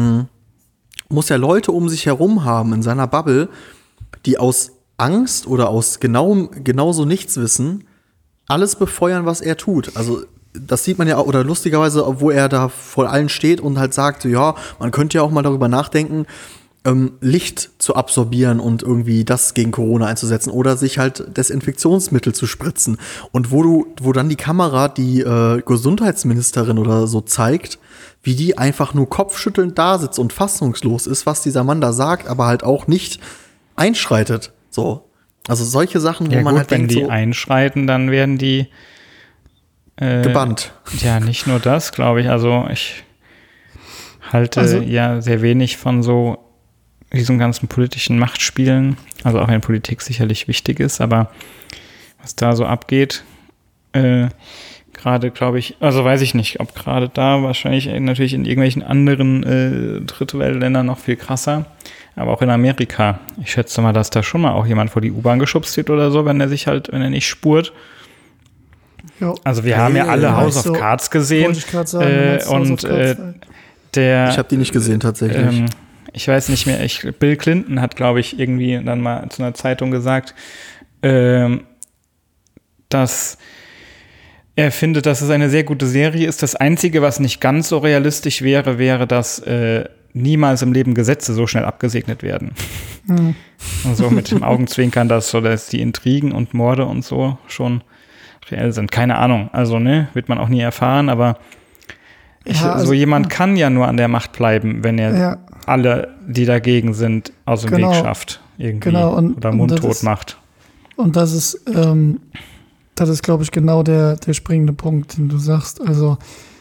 A: Leute um sich herum haben in seiner Bubble, die aus Angst oder aus genauso Nichtswissen alles befeuern, was er tut. Also das sieht man ja auch, oder lustigerweise, wo er da vor allen steht und halt sagt, ja, man könnte ja auch mal darüber nachdenken, Licht zu absorbieren und irgendwie das gegen Corona einzusetzen oder sich halt Desinfektionsmittel zu spritzen. Und wo dann die Kamera die Gesundheitsministerin oder so zeigt, wie die einfach nur kopfschüttelnd da sitzt und fassungslos ist, was dieser Mann da sagt, aber halt auch nicht einschreitet. So. Also solche Sachen, wo
B: Ja,
A: man
B: gut,
A: halt
B: wenn
A: denkt,
B: die
A: so
B: einschreiten, dann werden die
A: gebannt.
B: Ja, nicht nur das, glaube ich. Also ich halte ja sehr wenig von so diesem ganzen politischen Machtspielen. Also auch wenn Politik sicherlich wichtig ist, aber was da so abgeht, kann gerade, glaube ich, also weiß ich nicht, ob gerade da, wahrscheinlich natürlich in irgendwelchen anderen Dritte Weltländern noch viel krasser, aber auch in Amerika. Ich schätze mal, dass da schon mal auch jemand vor die U-Bahn geschubst wird oder so, wenn er nicht spurt.
C: Jo.
B: Also wir haben ja alle House of Cards gesehen.
C: Wollte ich gerade sagen,
B: und der...
A: Ich habe die nicht gesehen, tatsächlich.
B: Ich weiß nicht mehr, Bill Clinton hat, glaube ich, irgendwie dann mal zu einer Zeitung gesagt, dass er findet, dass es eine sehr gute Serie ist. Das Einzige, was nicht ganz so realistisch wäre, dass niemals im Leben Gesetze so schnell abgesegnet werden. Mhm. Also mit dem Augenzwinkern, dass die Intrigen und Morde und so schon reell sind. Keine Ahnung, also wird man auch nie erfahren, aber so jemand kann ja nur an der Macht bleiben, wenn er alle, die dagegen sind, aus dem Weg schafft irgendwie oder mundtot macht.
C: Und das ist, glaube ich, genau der springende Punkt, den du sagst. Also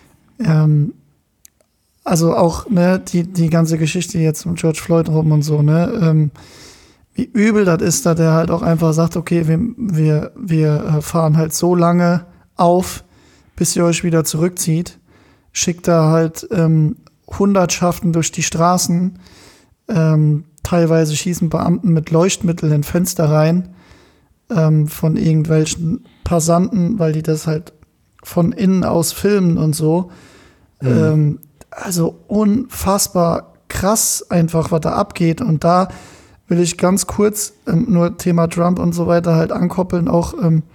C: auch die ganze Geschichte jetzt mit George Floyd rum und so, wie übel das ist, da der halt auch einfach sagt, okay, wir fahren halt so lange auf, bis ihr euch wieder zurückzieht. Schickt da halt Hundertschaften durch die Straßen. Teilweise schießen Beamten mit Leuchtmitteln in Fenster rein von irgendwelchen Passanten, weil die das halt von innen aus filmen und so. Also unfassbar krass einfach, was da abgeht. Und da will ich ganz kurz nur Thema Trump und so weiter halt ankoppeln. Auch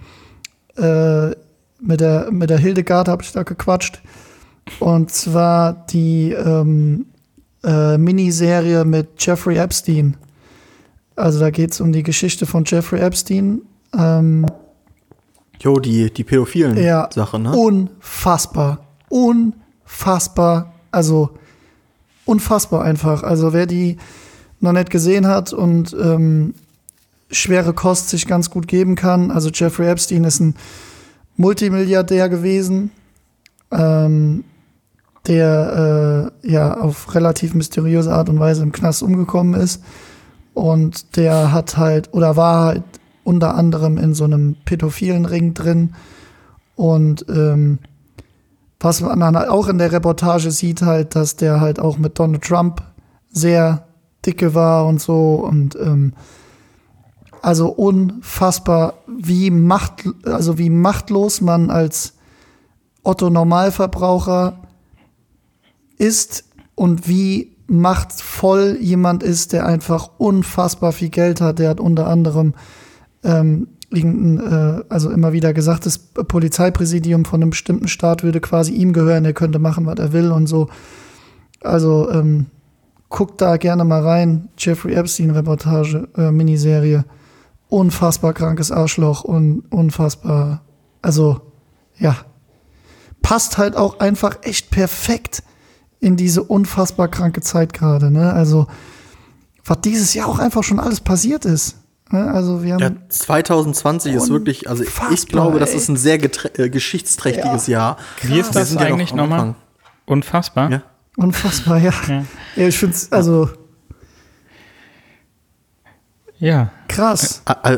C: mit der Hildegard habe ich da gequatscht. Und zwar die Miniserie mit Jeffrey Epstein. Also da geht es um die Geschichte von Jeffrey Epstein.
A: Die pädophilen Sache, ne?
C: Unfassbar. Also unfassbar einfach. Also wer die noch nicht gesehen hat und schwere Kost sich ganz gut geben kann. Also Jeffrey Epstein ist ein Multimilliardär gewesen, der auf relativ mysteriöse Art und Weise im Knast umgekommen ist. Und der war halt unter anderem in so einem pädophilen Ring drin. Und was man dann auch in der Reportage sieht, halt, dass der halt auch mit Donald Trump sehr dicke war und so. Und also unfassbar, wie machtlos man als Otto-Normalverbraucher ist und wie machtvoll jemand ist, der einfach unfassbar viel Geld hat. Der hat unter anderem immer wieder gesagt, das Polizeipräsidium von einem bestimmten Staat würde quasi ihm gehören, er könnte machen, was er will und so. Also guckt da gerne mal rein. Jeffrey Epstein-Reportage, Miniserie. Unfassbar krankes Arschloch und unfassbar, also ja, passt halt auch einfach echt perfekt in diese unfassbar kranke Zeit gerade, ne? Also, was dieses Jahr auch einfach schon alles passiert ist. Ne? Also wir haben
A: 2020 ist wirklich, also ich glaube, das ist ein sehr geschichtsträchtiges Jahr.
B: Wie ist das eigentlich nochmal? Unfassbar?
A: Ja.
C: Unfassbar, ja. Ja, ich finde es, also
B: ja.
C: Krass.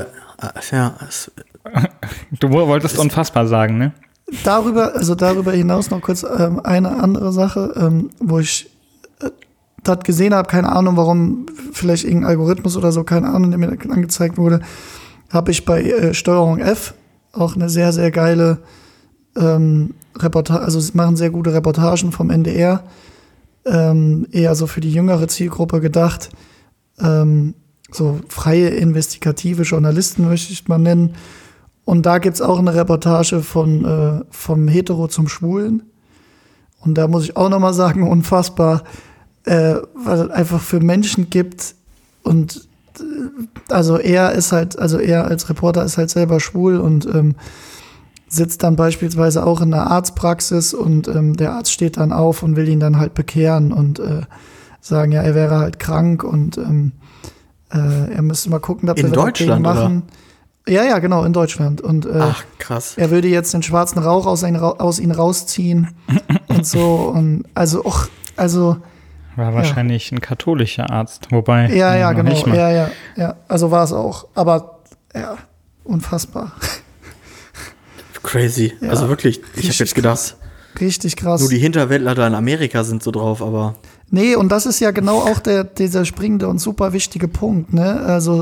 B: Du wolltest unfassbar sagen, ne?
C: Darüber hinaus noch kurz eine andere Sache, wo ich das gesehen habe, keine Ahnung, warum, vielleicht irgendein Algorithmus oder so, keine Ahnung, der mir angezeigt wurde, habe ich bei Steuerung F auch eine sehr, sehr geile Reportage, also sie machen sehr gute Reportagen vom NDR, eher so für die jüngere Zielgruppe gedacht, so freie investigative Journalisten möchte ich mal nennen. Und da gibt's auch eine Reportage vom Hetero zum Schwulen. Und da muss ich auch noch mal sagen, unfassbar, was es einfach für Menschen gibt. Und also er als Reporter ist halt selber schwul und sitzt dann beispielsweise auch in einer Arztpraxis und der Arzt steht dann auf und will ihn dann halt bekehren und sagen, ja, er wäre halt krank und er müsste mal gucken, dass wir
A: das Deutschland machen.
C: Oder? Ja, genau, in Deutschland. Und
A: ach, krass.
C: Er würde jetzt den schwarzen Rauch aus ihm rausziehen und so. Und also auch,
B: war wahrscheinlich ein katholischer Arzt, wobei.
C: Ja, genau. Ja. Also war es auch. Aber ja, unfassbar.
A: Crazy.
C: Ja,
A: Also wirklich, ich habe
C: richtig
A: jetzt gedacht,
C: Richtig krass.
A: nur die Hinterwäldler da in Amerika sind so drauf, aber
C: Nee, und das ist ja genau auch dieser springende und super wichtige Punkt, ne? Also,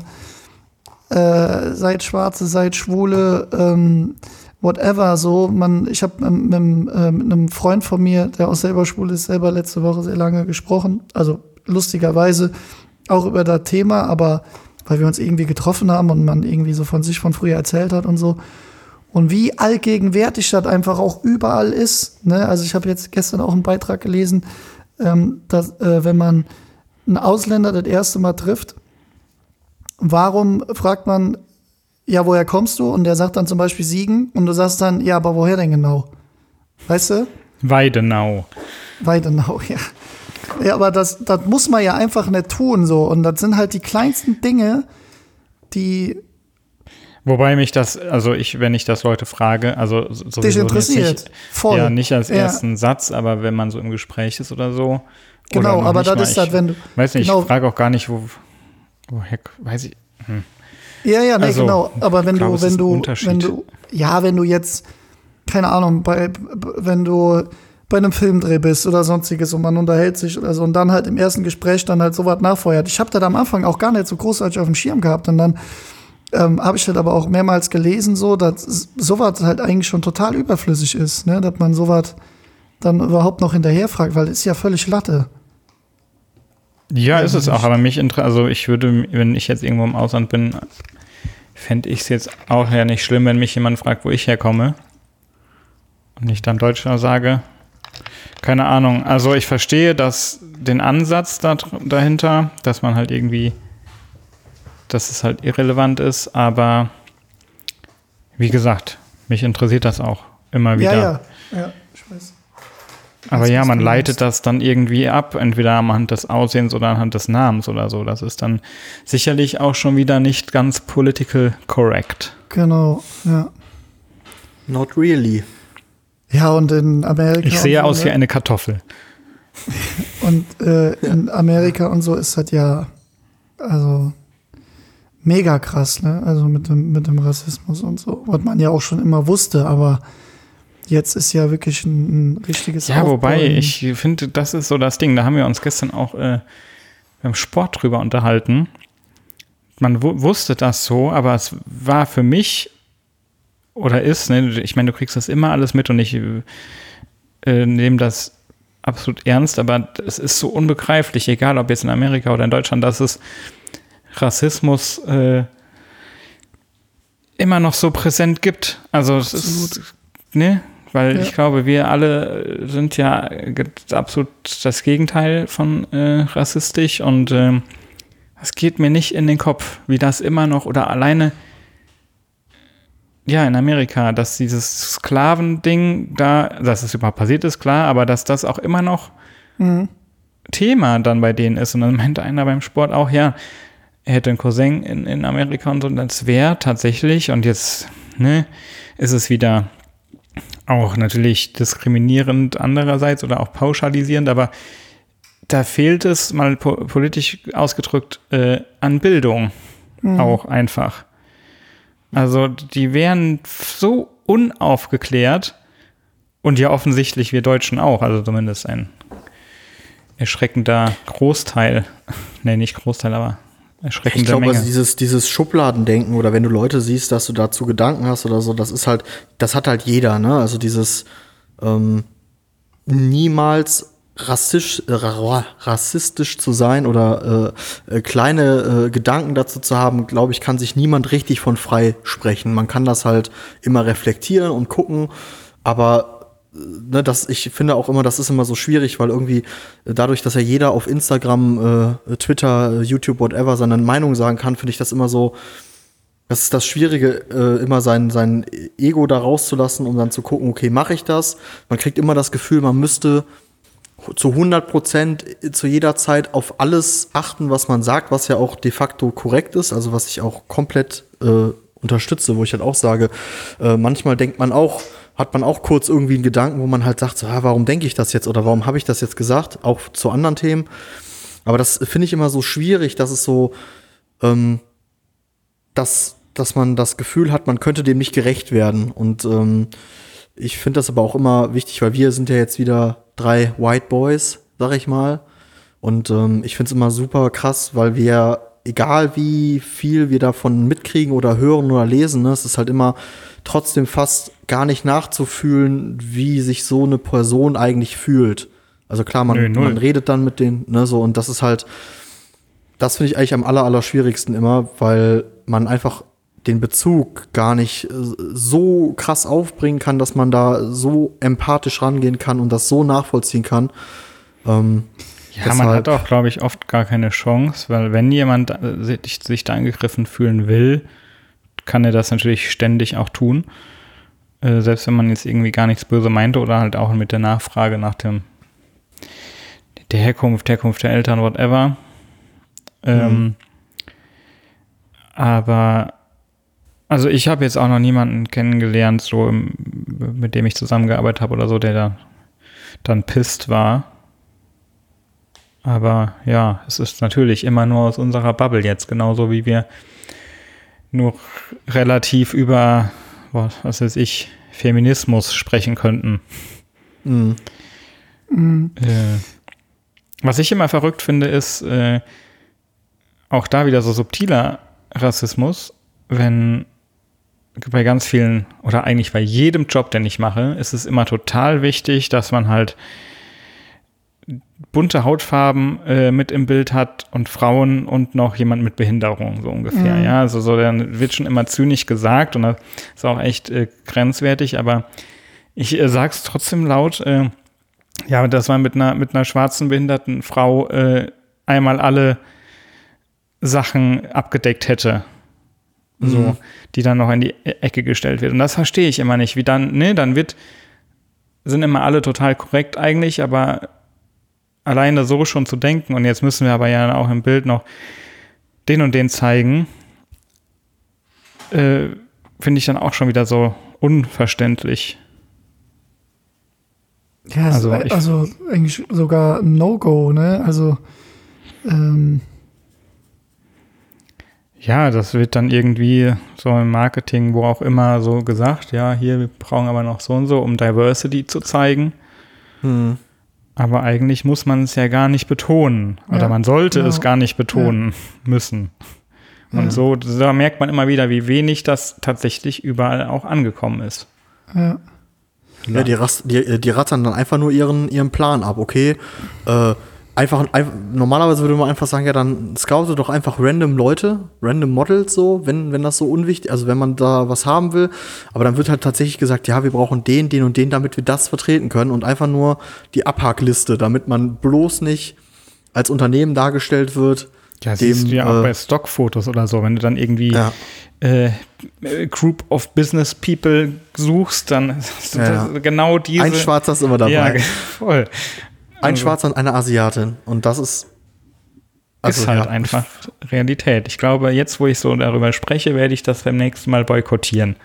C: seid Schwarze, seid Schwule, whatever, so. Ich habe mit einem Freund von mir, der auch selber schwul ist, selber letzte Woche sehr lange gesprochen. Also, lustigerweise auch über das Thema, aber weil wir uns irgendwie getroffen haben und man irgendwie so von sich von früher erzählt hat und so. Und wie allgegenwärtig das einfach auch überall ist, ne? Also, ich habe jetzt gestern auch einen Beitrag gelesen, dass, wenn man einen Ausländer das erste Mal trifft, warum fragt man, ja, woher kommst du? Und der sagt dann zum Beispiel Siegen und du sagst dann, ja, aber woher denn genau? Weißt du?
B: Weidenau.
C: Weidenau, ja. Ja, aber das muss man ja einfach nicht tun, so. Und das sind halt die kleinsten Dinge, die
B: Wobei mich das, also wenn ich das Leute frage, also sowieso
C: dich interessiert.
B: Nicht,
C: Voll.
B: ja, nicht als
C: Ja.
B: ersten Satz, aber wenn man so im Gespräch ist oder so.
C: Genau,
B: oder noch
C: aber
B: nicht
C: das
B: mal,
C: ist das, wenn du.
B: Weiß nicht,
C: genau,
B: ich frage auch gar nicht, woher, weiß ich.
C: Ja, nee,
B: Also,
C: genau. Aber wenn
B: ich glaube, es ist ein
C: du
B: Unterschied.
C: wenn du jetzt, keine Ahnung, wenn du bei einem Filmdreh bist oder sonstiges und man unterhält sich oder so und dann halt im ersten Gespräch dann halt sowas nachfeuert. Ich habe das am Anfang auch gar nicht so großartig auf dem Schirm gehabt und dann habe ich das aber auch mehrmals gelesen, so, dass sowas halt eigentlich schon total überflüssig ist, ne? Dass man sowas dann überhaupt noch hinterherfragt, weil das ist ja völlig Latte.
B: Ja, ist es auch, aber also ich würde, wenn ich jetzt irgendwo im Ausland bin, fände ich es jetzt auch ja nicht schlimm, wenn mich jemand fragt, wo ich herkomme und ich dann Deutscher sage. Keine Ahnung, also ich verstehe den Ansatz dahinter, dass man halt irgendwie, dass es halt irrelevant ist, aber wie gesagt, mich interessiert das auch immer wieder.
C: Ja, ich weiß.
B: Aber ja,
C: was
B: man
C: du
B: leitet
C: meinst.
B: das dann irgendwie ab, entweder anhand des Aussehens oder anhand des Namens oder so. Das ist dann sicherlich auch schon wieder nicht ganz political correct.
C: Genau, ja.
A: not really.
C: Ja, und in Amerika.
B: Ich sehe
C: und so,
B: aus wie eine Kartoffel.
C: Und in Amerika und so ist das ja, also mega krass, ne? Also mit dem Rassismus und so, was man ja auch schon immer wusste, aber jetzt ist ja wirklich ein richtiges
B: Ja, wobei,
C: Aufbäumen.
B: ich finde, das ist so das Ding. Da haben wir uns gestern auch beim Sport drüber unterhalten. Man wusste das so, aber es war für mich oder ist, ne, ich meine, du kriegst das immer alles mit und ich nehme das absolut ernst, aber es ist so unbegreiflich, egal ob jetzt in Amerika oder in Deutschland, dass es Rassismus immer noch so präsent gibt. Also es ist, ne, weil ich glaube, wir alle sind ja absolut das Gegenteil von rassistisch und es geht mir nicht in den Kopf, wie das immer noch oder alleine ja, in Amerika, dass dieses Sklavending da, dass es überhaupt passiert ist, klar, aber dass das auch immer noch Thema dann bei denen ist. Und dann meinte einer beim Sport auch, ja, er hätte einen Cousin in Amerika und so, und das wäre tatsächlich, und jetzt ne, ist es wieder auch natürlich diskriminierend andererseits oder auch pauschalisierend, aber da fehlt es, mal politisch ausgedrückt, an Bildung auch einfach. Also die wären so unaufgeklärt und ja offensichtlich wir Deutschen auch, also zumindest ein erschreckender Großteil, nee, nicht Großteil, aber erschreckende
A: Ich glaube,
B: Menge.
A: also dieses Schubladendenken oder wenn du Leute siehst, dass du dazu Gedanken hast oder so, das hat halt jeder, ne? Also dieses niemals rassistisch zu sein oder kleine Gedanken dazu zu haben, glaube ich, kann sich niemand richtig von frei sprechen. Man kann das halt immer reflektieren und gucken, aber ne, ich finde auch immer, das ist immer so schwierig, weil irgendwie dadurch, dass ja jeder auf Instagram, Twitter, YouTube, whatever seine Meinung sagen kann, finde ich das immer so, das ist das Schwierige, immer sein Ego da rauszulassen, um dann zu gucken, okay, mache ich das? Man kriegt immer das Gefühl, man müsste zu 100% zu jeder Zeit auf alles achten, was man sagt, was ja auch de facto korrekt ist, also was ich auch komplett unterstütze, wo ich halt auch sage, manchmal hat man auch kurz irgendwie einen Gedanken, wo man halt sagt, so, warum denke ich das jetzt oder warum habe ich das jetzt gesagt, auch zu anderen Themen. Aber das finde ich immer so schwierig, dass es so, dass dass man das Gefühl hat, man könnte dem nicht gerecht werden. Und ich finde das aber auch immer wichtig, weil wir sind ja jetzt wieder 3 White Boys, sag ich mal. Und ich finde es immer super krass, weil wir, egal wie viel wir davon mitkriegen oder hören oder lesen, ne, es ist halt immer trotzdem fast gar nicht nachzufühlen, wie sich so eine Person eigentlich fühlt. Also klar, man redet dann mit denen, ne, so, und das ist halt, das finde ich eigentlich am allerschwierigsten immer, weil man einfach den Bezug gar nicht so krass aufbringen kann, dass man da so empathisch rangehen kann und das so nachvollziehen kann.
B: Ja, man hat auch, glaube ich, oft gar keine Chance, weil wenn jemand sich da angegriffen fühlen will, kann er das natürlich ständig auch tun. Selbst wenn man jetzt irgendwie gar nichts böse meinte oder halt auch mit der Nachfrage nach der Herkunft der Eltern, whatever. Aber also ich habe jetzt auch noch niemanden kennengelernt, so mit dem ich zusammengearbeitet habe oder so, der da dann pisst war. Aber ja, es ist natürlich immer nur aus unserer Bubble jetzt, genauso wie wir nur relativ über, was weiß ich, Feminismus sprechen könnten. Was ich immer verrückt finde, ist auch da wieder so subtiler Rassismus, wenn bei ganz vielen oder eigentlich bei jedem Job, den ich mache, ist es immer total wichtig, dass man halt bunte Hautfarben mit im Bild hat und Frauen und noch jemand mit Behinderung, so ungefähr. Ja, also so, dann wird schon immer zynisch gesagt und das ist auch echt grenzwertig, aber ich sag's trotzdem laut, ja, dass man mit einer schwarzen behinderten Frau einmal alle Sachen abgedeckt hätte. So, die dann noch in die Ecke gestellt wird. Und das verstehe ich immer nicht, wie dann, sind immer alle total korrekt eigentlich, aber alleine so schon zu denken und jetzt müssen wir aber ja auch im Bild noch den und den zeigen, finde ich dann auch schon wieder so unverständlich.
C: Ja, also eigentlich sogar ein No-Go, ne? Also
B: ja, das wird dann irgendwie so im Marketing, wo auch immer, so gesagt, ja, hier, wir brauchen aber noch so und so, um Diversity zu zeigen. Aber eigentlich muss man es ja gar nicht betonen. Oder man sollte es gar nicht betonen müssen. Und so, da merkt man immer wieder, wie wenig das tatsächlich überall auch angekommen ist.
C: Ja.
A: Ja, die rattern dann einfach nur ihren Plan ab, okay? Normalerweise würde man einfach sagen, ja, dann scoute doch einfach random Leute, random Models so, wenn das so unwichtig, also wenn man da was haben will. Aber dann wird halt tatsächlich gesagt, ja, wir brauchen den und den, damit wir das vertreten können und einfach nur die Abhackliste, damit man bloß nicht als Unternehmen dargestellt wird.
B: Ja, siehst du ja auch bei Stockfotos oder so, wenn du dann irgendwie Group of Business People suchst, dann hast du genau diese.
A: Ein Schwarzer ist immer dabei.
B: Ja, voll.
A: Ein Schwarzer und eine Asiatin. Und das ist
B: halt einfach Realität. Ich glaube, jetzt, wo ich so darüber spreche, werde ich das beim nächsten Mal boykottieren.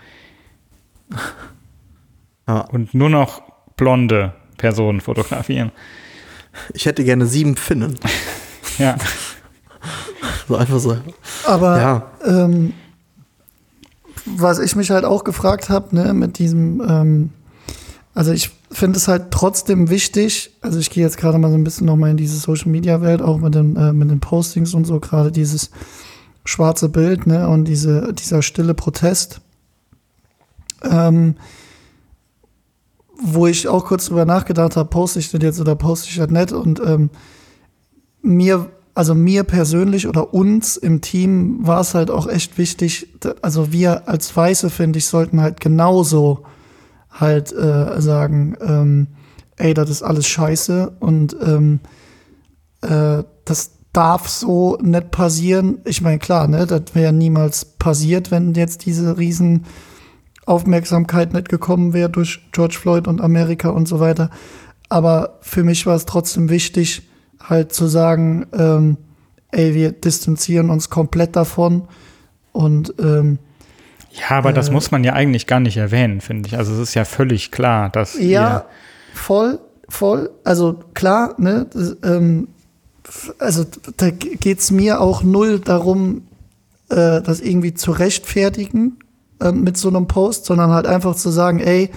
A: Ja.
B: Und nur noch blonde Personen fotografieren.
A: Ich hätte gerne 7 Finnen.
B: Ja.
A: So einfach so.
C: Aber was ich mich halt auch gefragt habe, ne, mit diesem, also ich finde es halt trotzdem wichtig, also ich gehe jetzt gerade mal so ein bisschen nochmal in diese Social-Media-Welt, auch mit den Postings und so, gerade dieses schwarze Bild, ne, und dieser stille Protest, wo ich auch kurz drüber nachgedacht habe, poste ich das jetzt oder poste ich das nicht, und mir persönlich oder uns im Team war es halt auch echt wichtig, also wir als Weiße, finde ich, sollten halt genauso halt sagen, ey, das ist alles scheiße und das darf so nicht passieren. Ich meine, klar, ne, das wäre niemals passiert, wenn jetzt diese riesen Aufmerksamkeit nicht gekommen wäre durch George Floyd und Amerika und so weiter. Aber für mich war es trotzdem wichtig, halt zu sagen, ey, wir distanzieren uns komplett davon und
B: ja, aber das muss man ja eigentlich gar nicht erwähnen, finde ich. Also es ist ja völlig klar, dass
C: voll. Also klar, ne, also da geht's mir auch null darum, das irgendwie zu rechtfertigen mit so einem Post, sondern halt einfach zu sagen, ey,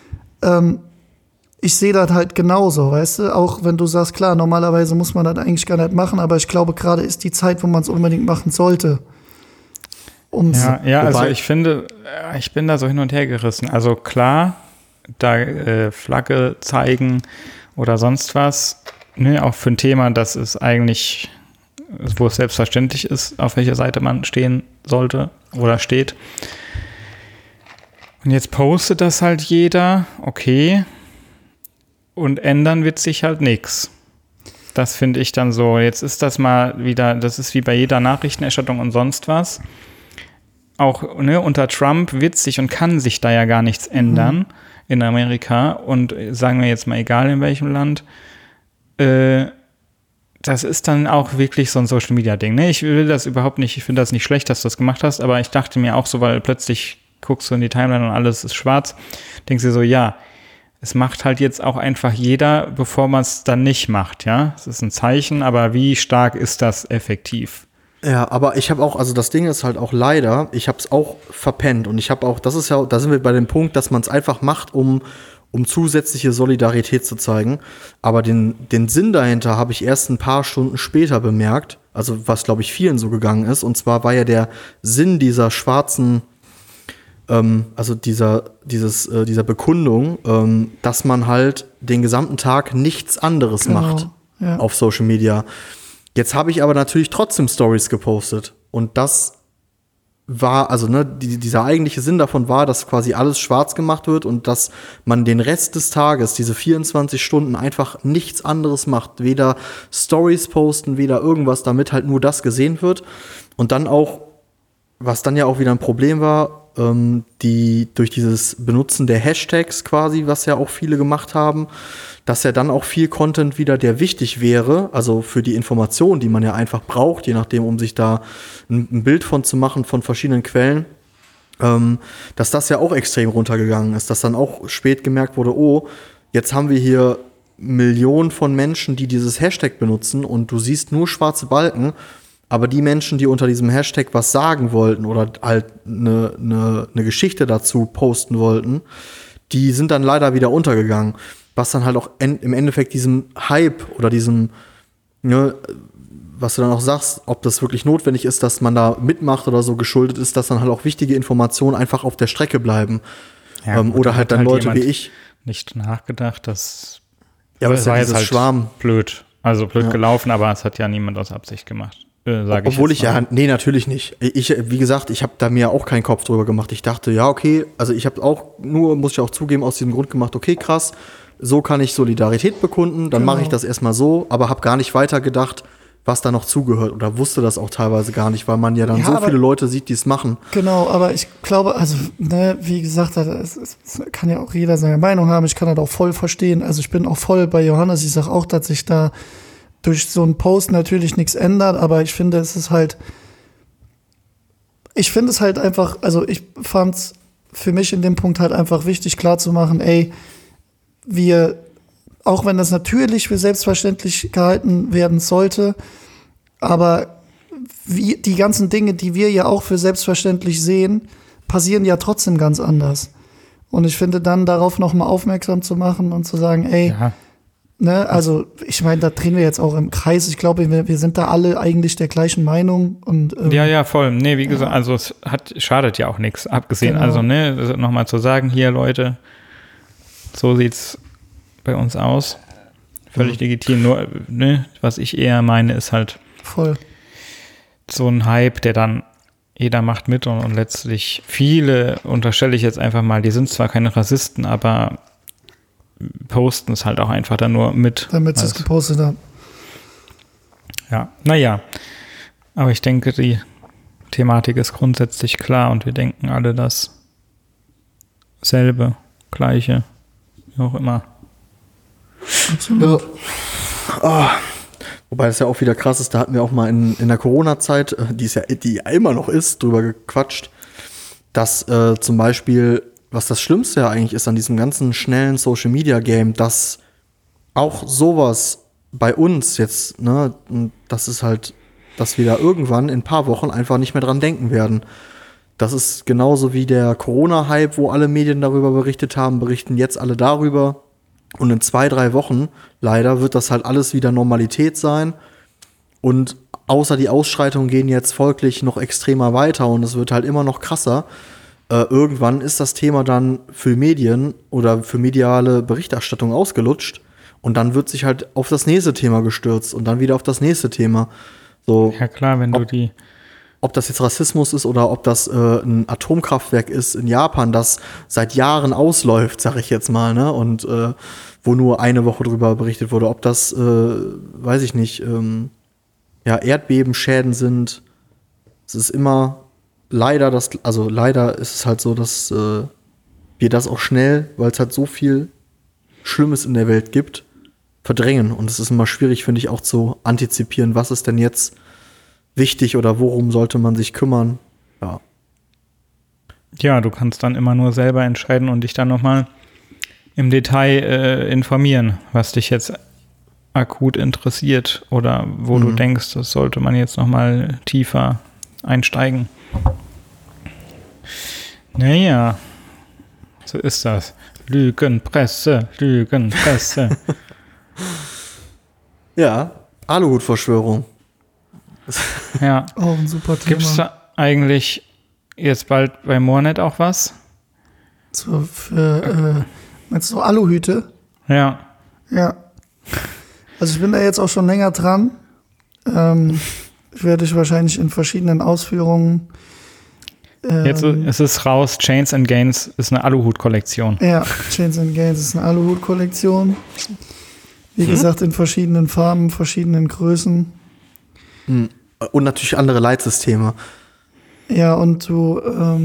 C: ich sehe das halt genauso, weißt du? Auch wenn du sagst, klar, normalerweise muss man das eigentlich gar nicht machen, aber ich glaube, gerade ist die Zeit, wo man es unbedingt machen sollte.
B: Ja, also ich finde, ich bin da so hin und her gerissen. Also klar, da Flagge zeigen oder sonst was, ne, auch für ein Thema, das ist eigentlich, wo es selbstverständlich ist, auf welcher Seite man stehen sollte oder steht. Und jetzt postet das halt jeder, okay, und ändern wird sich halt nichts. Das finde ich dann so, jetzt ist das mal wieder, das ist wie bei jeder Nachrichtenerstattung und sonst was. Auch unter Trump wird sich und kann sich da ja gar nichts ändern in Amerika und sagen wir jetzt mal egal in welchem Land. Das ist dann auch wirklich so ein Social-Media-Ding. Ne? Ich will das überhaupt nicht, ich finde das nicht schlecht, dass du das gemacht hast, aber ich dachte mir auch so, weil plötzlich guckst du in die Timeline und alles ist schwarz, denkst du so, ja, es macht halt jetzt auch einfach jeder, bevor man es dann nicht macht, ja. Es ist ein Zeichen, aber wie stark ist das effektiv?
A: Ja, aber ich habe auch, also das Ding ist halt auch leider, ich habe es auch verpennt und ich habe auch, das ist ja, da sind wir bei dem Punkt, dass man es einfach macht, um zusätzliche Solidarität zu zeigen. Aber den Sinn dahinter habe ich erst ein paar Stunden später bemerkt, also was, glaube ich, vielen so gegangen ist. Und zwar war ja der Sinn dieser schwarzen, also dieser Bekundung, dass man halt den gesamten Tag nichts anderes macht auf Social Media. Jetzt habe ich aber natürlich trotzdem Stories gepostet. Und das war, also dieser eigentliche Sinn davon war, dass quasi alles schwarz gemacht wird und dass man den Rest des Tages, diese 24 Stunden, einfach nichts anderes macht. Weder Stories posten, weder irgendwas, damit halt nur das gesehen wird. Und dann auch, was dann ja auch wieder ein Problem war, die durch dieses Benutzen der Hashtags quasi, was ja auch viele gemacht haben, dass ja dann auch viel Content wieder, der wichtig wäre, also für die Information, die man ja einfach braucht, je nachdem, um sich da ein Bild von zu machen von verschiedenen Quellen, dass das ja auch extrem runtergegangen ist, dass dann auch spät gemerkt wurde, oh, jetzt haben wir hier Millionen von Menschen, die dieses Hashtag benutzen und du siehst nur schwarze Balken. Aber die Menschen, die unter diesem Hashtag was sagen wollten oder halt eine Geschichte dazu posten wollten, die sind dann leider wieder untergegangen. Was dann halt auch im Endeffekt diesem Hype oder diesem, was du dann auch sagst, ob das wirklich notwendig ist, dass man da mitmacht oder so, geschuldet ist, dass dann halt auch wichtige Informationen einfach auf der Strecke bleiben. Ja, oder halt dann Leute wie ich.
B: Nicht nachgedacht, dass
A: ja, aber das war
B: jetzt halt
A: Schwarm.
B: Blöd. Also blöd gelaufen, aber es hat ja niemand aus Absicht gemacht.
A: Obwohl ich ja, nee, natürlich nicht. Wie gesagt, ich habe da mir auch keinen Kopf drüber gemacht. Ich dachte, ja, okay, also ich habe auch nur, muss ich auch zugeben, aus diesem Grund gemacht, okay, krass, so kann ich Solidarität bekunden, dann mache ich das erstmal so, aber habe gar nicht weiter gedacht, was da noch zugehört oder wusste das auch teilweise gar nicht, weil man ja dann so viele Leute sieht, die es machen.
C: Genau, aber ich glaube, also, wie gesagt, es kann ja auch jeder seine Meinung haben, ich kann das auch voll verstehen, also ich bin auch voll bei Johannes, ich sage auch, dass sich da durch so einen Post natürlich nichts ändert, aber ich finde, es halt einfach, also ich fand es für mich in dem Punkt halt einfach wichtig, klarzumachen, ey, wir, auch wenn das natürlich für selbstverständlich gehalten werden sollte, aber die ganzen Dinge, die wir ja auch für selbstverständlich sehen, passieren ja trotzdem ganz anders. Und ich finde dann darauf nochmal aufmerksam zu machen und zu sagen, ey, also ich meine, da drehen wir jetzt auch im Kreis. Ich glaube, wir sind da alle eigentlich der gleichen Meinung. Und,
B: ja, voll. Nee, wie gesagt, also es schadet ja auch nichts. Abgesehen, also nochmal zu sagen, hier Leute, so sieht's bei uns aus. Völlig legitim. Nur, was ich eher meine, ist halt
C: voll
B: so ein Hype, der dann jeder macht mit und letztlich viele, unterstelle ich jetzt einfach mal, die sind zwar keine Rassisten, aber posten es halt auch einfach dann nur mit.
C: Damit sie es gepostet haben.
B: Ja, naja. Aber ich denke, die Thematik ist grundsätzlich klar und wir denken alle dasselbe, gleiche, wie auch immer.
C: Absolut.
A: Ja. Wobei das ja auch wieder krass ist, da hatten wir auch mal in der Corona-Zeit, die ja immer noch ist, drüber gequatscht, dass zum Beispiel, was das Schlimmste ja eigentlich ist an diesem ganzen schnellen Social-Media-Game, dass auch sowas bei uns jetzt, das ist halt dass wir da irgendwann in ein paar Wochen einfach nicht mehr dran denken werden. Das ist genauso wie der Corona-Hype, wo alle Medien darüber berichtet haben, berichten jetzt alle darüber. Und in 2-3 Wochen, leider, wird das halt alles wieder Normalität sein. Und außer die Ausschreitungen gehen jetzt folglich noch extremer weiter und es wird halt immer noch krasser. Irgendwann ist das Thema dann für Medien oder für mediale Berichterstattung ausgelutscht. Und dann wird sich halt auf das nächste Thema gestürzt und dann wieder auf das nächste Thema. So,
B: Ja klar, wenn du die...
A: ob das jetzt Rassismus ist oder ob das ein Atomkraftwerk ist in Japan, das seit Jahren ausläuft, sag ich jetzt mal, ne? Und wo nur eine Woche drüber berichtet wurde, ob das, weiß ich nicht, Erdbebenschäden sind. Es ist immer leider leider ist es halt so, dass wir das auch schnell, weil es halt so viel Schlimmes in der Welt gibt, verdrängen. Und es ist immer schwierig, finde ich, auch zu antizipieren, was ist denn jetzt wichtig oder worum sollte man sich kümmern. Ja.
B: Ja, du kannst dann immer nur selber entscheiden und dich dann nochmal im Detail informieren, was dich jetzt akut interessiert oder wo du denkst, das sollte man jetzt nochmal tiefer einsteigen. Naja, so ist das. Lügenpresse, Lügenpresse.
A: Ja, Aluhutverschwörung.
B: Ja.
C: Oh, ein super Thema.
B: Gibt es da eigentlich jetzt bald bei Moornet auch was?
C: So meinst du Aluhüte?
B: Ja.
C: Ja. Also ich bin da jetzt auch schon länger dran. Ich werde dich wahrscheinlich in verschiedenen Ausführungen.
B: Jetzt ist es raus, Chains and Gains ist eine Aluhut-Kollektion.
C: Ja, Chains and Gains ist eine Aluhut-Kollektion. Wie gesagt, in verschiedenen Farben, verschiedenen Größen.
A: Und natürlich andere Leitsysteme.
C: Ja, und du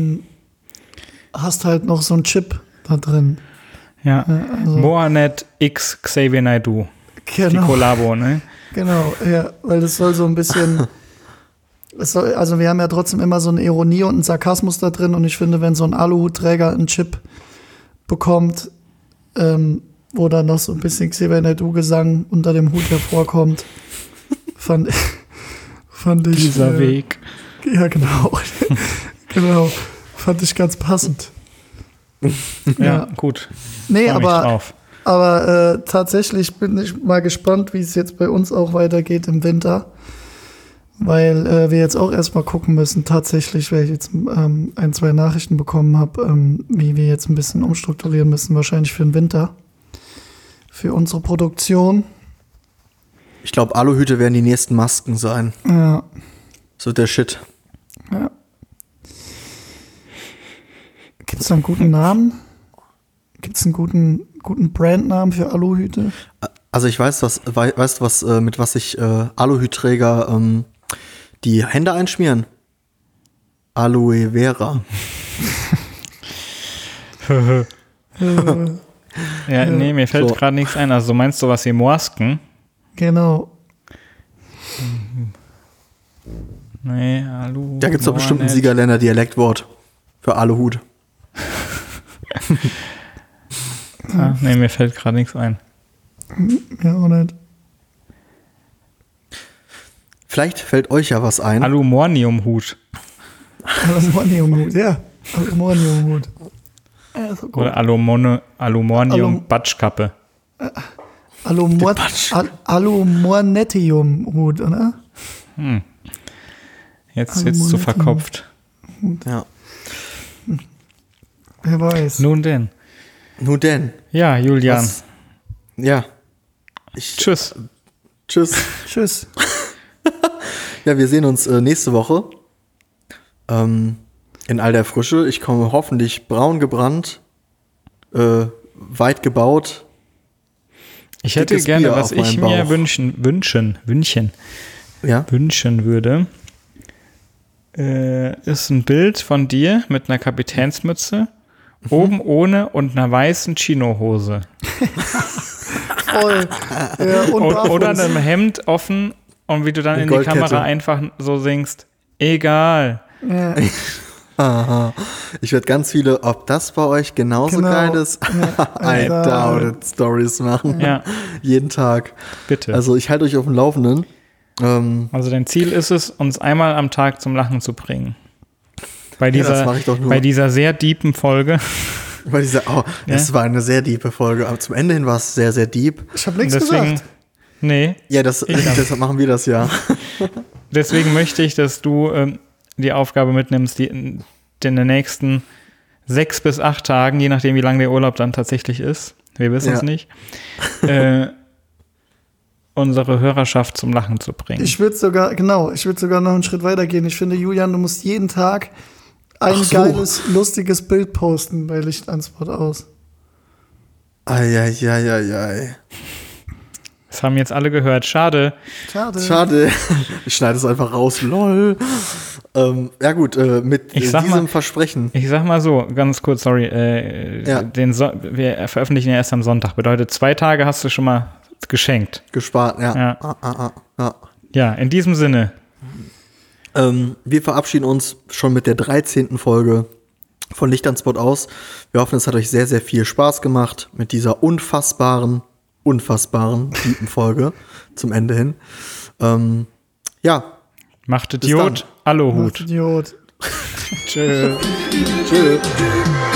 C: hast halt noch so einen Chip da drin.
B: Ja,
C: also,
B: Moornet X Xavier Naidoo. Die
C: genau,
B: Kollabo, ne?
C: genau, ja, weil das soll so ein bisschen, also wir haben ja trotzdem immer so eine Ironie und einen Sarkasmus da drin und ich finde, wenn so ein Aluhutträger einen Chip bekommt, wo dann noch so ein bisschen Xavier Naidoo-Gesang unter dem Hut hervorkommt, fand ich
B: Dieser Weg.
C: Ja, genau. Genau. Fand ich ganz passend.
B: Ja, gut.
C: Nee,
B: Freu mich drauf.
C: aber tatsächlich bin ich mal gespannt, wie es jetzt bei uns auch weitergeht im Winter. Weil wir jetzt auch erstmal gucken müssen, tatsächlich, weil ich jetzt 1-2 Nachrichten bekommen habe, wie wir jetzt ein bisschen umstrukturieren müssen, wahrscheinlich für den Winter. Für unsere Produktion.
A: Ich glaube, Aluhüte werden die nächsten Masken sein.
C: Ja.
A: So der Shit.
C: Ja. Gibt es da einen guten Namen? Gibt es einen guten Brandnamen für Aluhüte?
A: Also ich weiß, mit was sich Aluhutträger die Hände einschmieren. Aloe Vera.
B: Ja, nee, mir fällt
A: So.
B: gerade nichts ein. Also du meinst sowas wie Morsken?
C: Genau.
B: Nee, Alu.
A: Da gibt's doch bestimmt ein
B: Moornet.
A: Siegerländer Dialektwort für Aluhut.
B: Ah, nee, mir fällt gerade nichts ein.
C: Ja, auch nicht.
A: Vielleicht fällt euch ja was ein.
B: Aluminiumhut.
C: Aluminiumhut, ja. Aluminiumhut. Ja, so gut.
B: Oder Aluminium-Batschkappe.
C: Alumornetium-Hut, oder?
B: Jetzt wird's zu verkopft.
A: Ja.
C: Wer weiß.
B: Nun denn.
A: Nun denn.
B: Ja, Julian.
A: Was? Ja.
B: Tschüss.
A: Tschüss.
C: Tschüss.
A: Ja, wir sehen uns nächste Woche. In all der Frische. Ich komme hoffentlich braun gebrannt, weit gebaut.
B: Ich hätte
A: Dickes
B: gerne,
A: Bier
B: was
A: auf
B: ich
A: meinem
B: mir
A: Bauch.
B: wünschen würde, ist ein Bild von dir mit einer Kapitänsmütze, oben ohne und einer weißen Chinohose.
C: Voll. Ja, und
B: Oder
C: barfuß.
B: einem Hemd offen und wie du dann
A: Mit
B: in die
A: Goldkette.
B: Kamera einfach so singst, egal.
C: Ja,
A: Aha. Ich werde ganz viele, ob das bei euch genauso
C: Genau.
A: geil ist, I doubt it, Stories machen.
B: Ja.
A: Jeden Tag.
B: Bitte.
A: Also ich halte euch auf dem Laufenden.
B: Also dein Ziel ist es, uns einmal am Tag zum Lachen zu bringen. Bei
A: das
B: dieser,
A: mache ich doch nur.
B: bei dieser sehr deepen Folge.
A: Es war eine sehr diepe Folge, aber zum Ende hin war es sehr, sehr deep.
C: Ich habe nichts
B: Deswegen,
C: gesagt.
B: nee.
A: Ja, deshalb machen wir das ja.
B: Deswegen möchte ich, dass du die Aufgabe mitnimmst, die in den nächsten 6 bis 8 Tagen, je nachdem, wie lang der Urlaub dann tatsächlich ist, wir wissen es nicht, unsere Hörerschaft zum Lachen zu bringen.
C: Ich würde sogar noch einen Schritt weiter gehen. Ich finde, Julian, du musst jeden Tag ein geiles, lustiges Bild posten bei Licht an Spot aus.
A: Eieieiei.
B: Das haben jetzt alle gehört. Schade.
A: Ich schneide es einfach raus. Lol. Ja gut, mit diesem Versprechen.
B: Ich sag mal so, ganz kurz, sorry. Wir veröffentlichen ja erst am Sonntag. Bedeutet, 2 Tage hast du schon mal geschenkt.
A: Gespart, ja.
B: Ja, in diesem Sinne.
A: Wir verabschieden uns schon mit der 13. Folge von Licht an Spot aus. Wir hoffen, es hat euch sehr, sehr viel Spaß gemacht mit dieser unfassbaren tiefen Folge zum Ende hin. Ja.
B: Macht Idiot, Aluhut.
C: Idiot.
B: Tschö.
A: Tschö.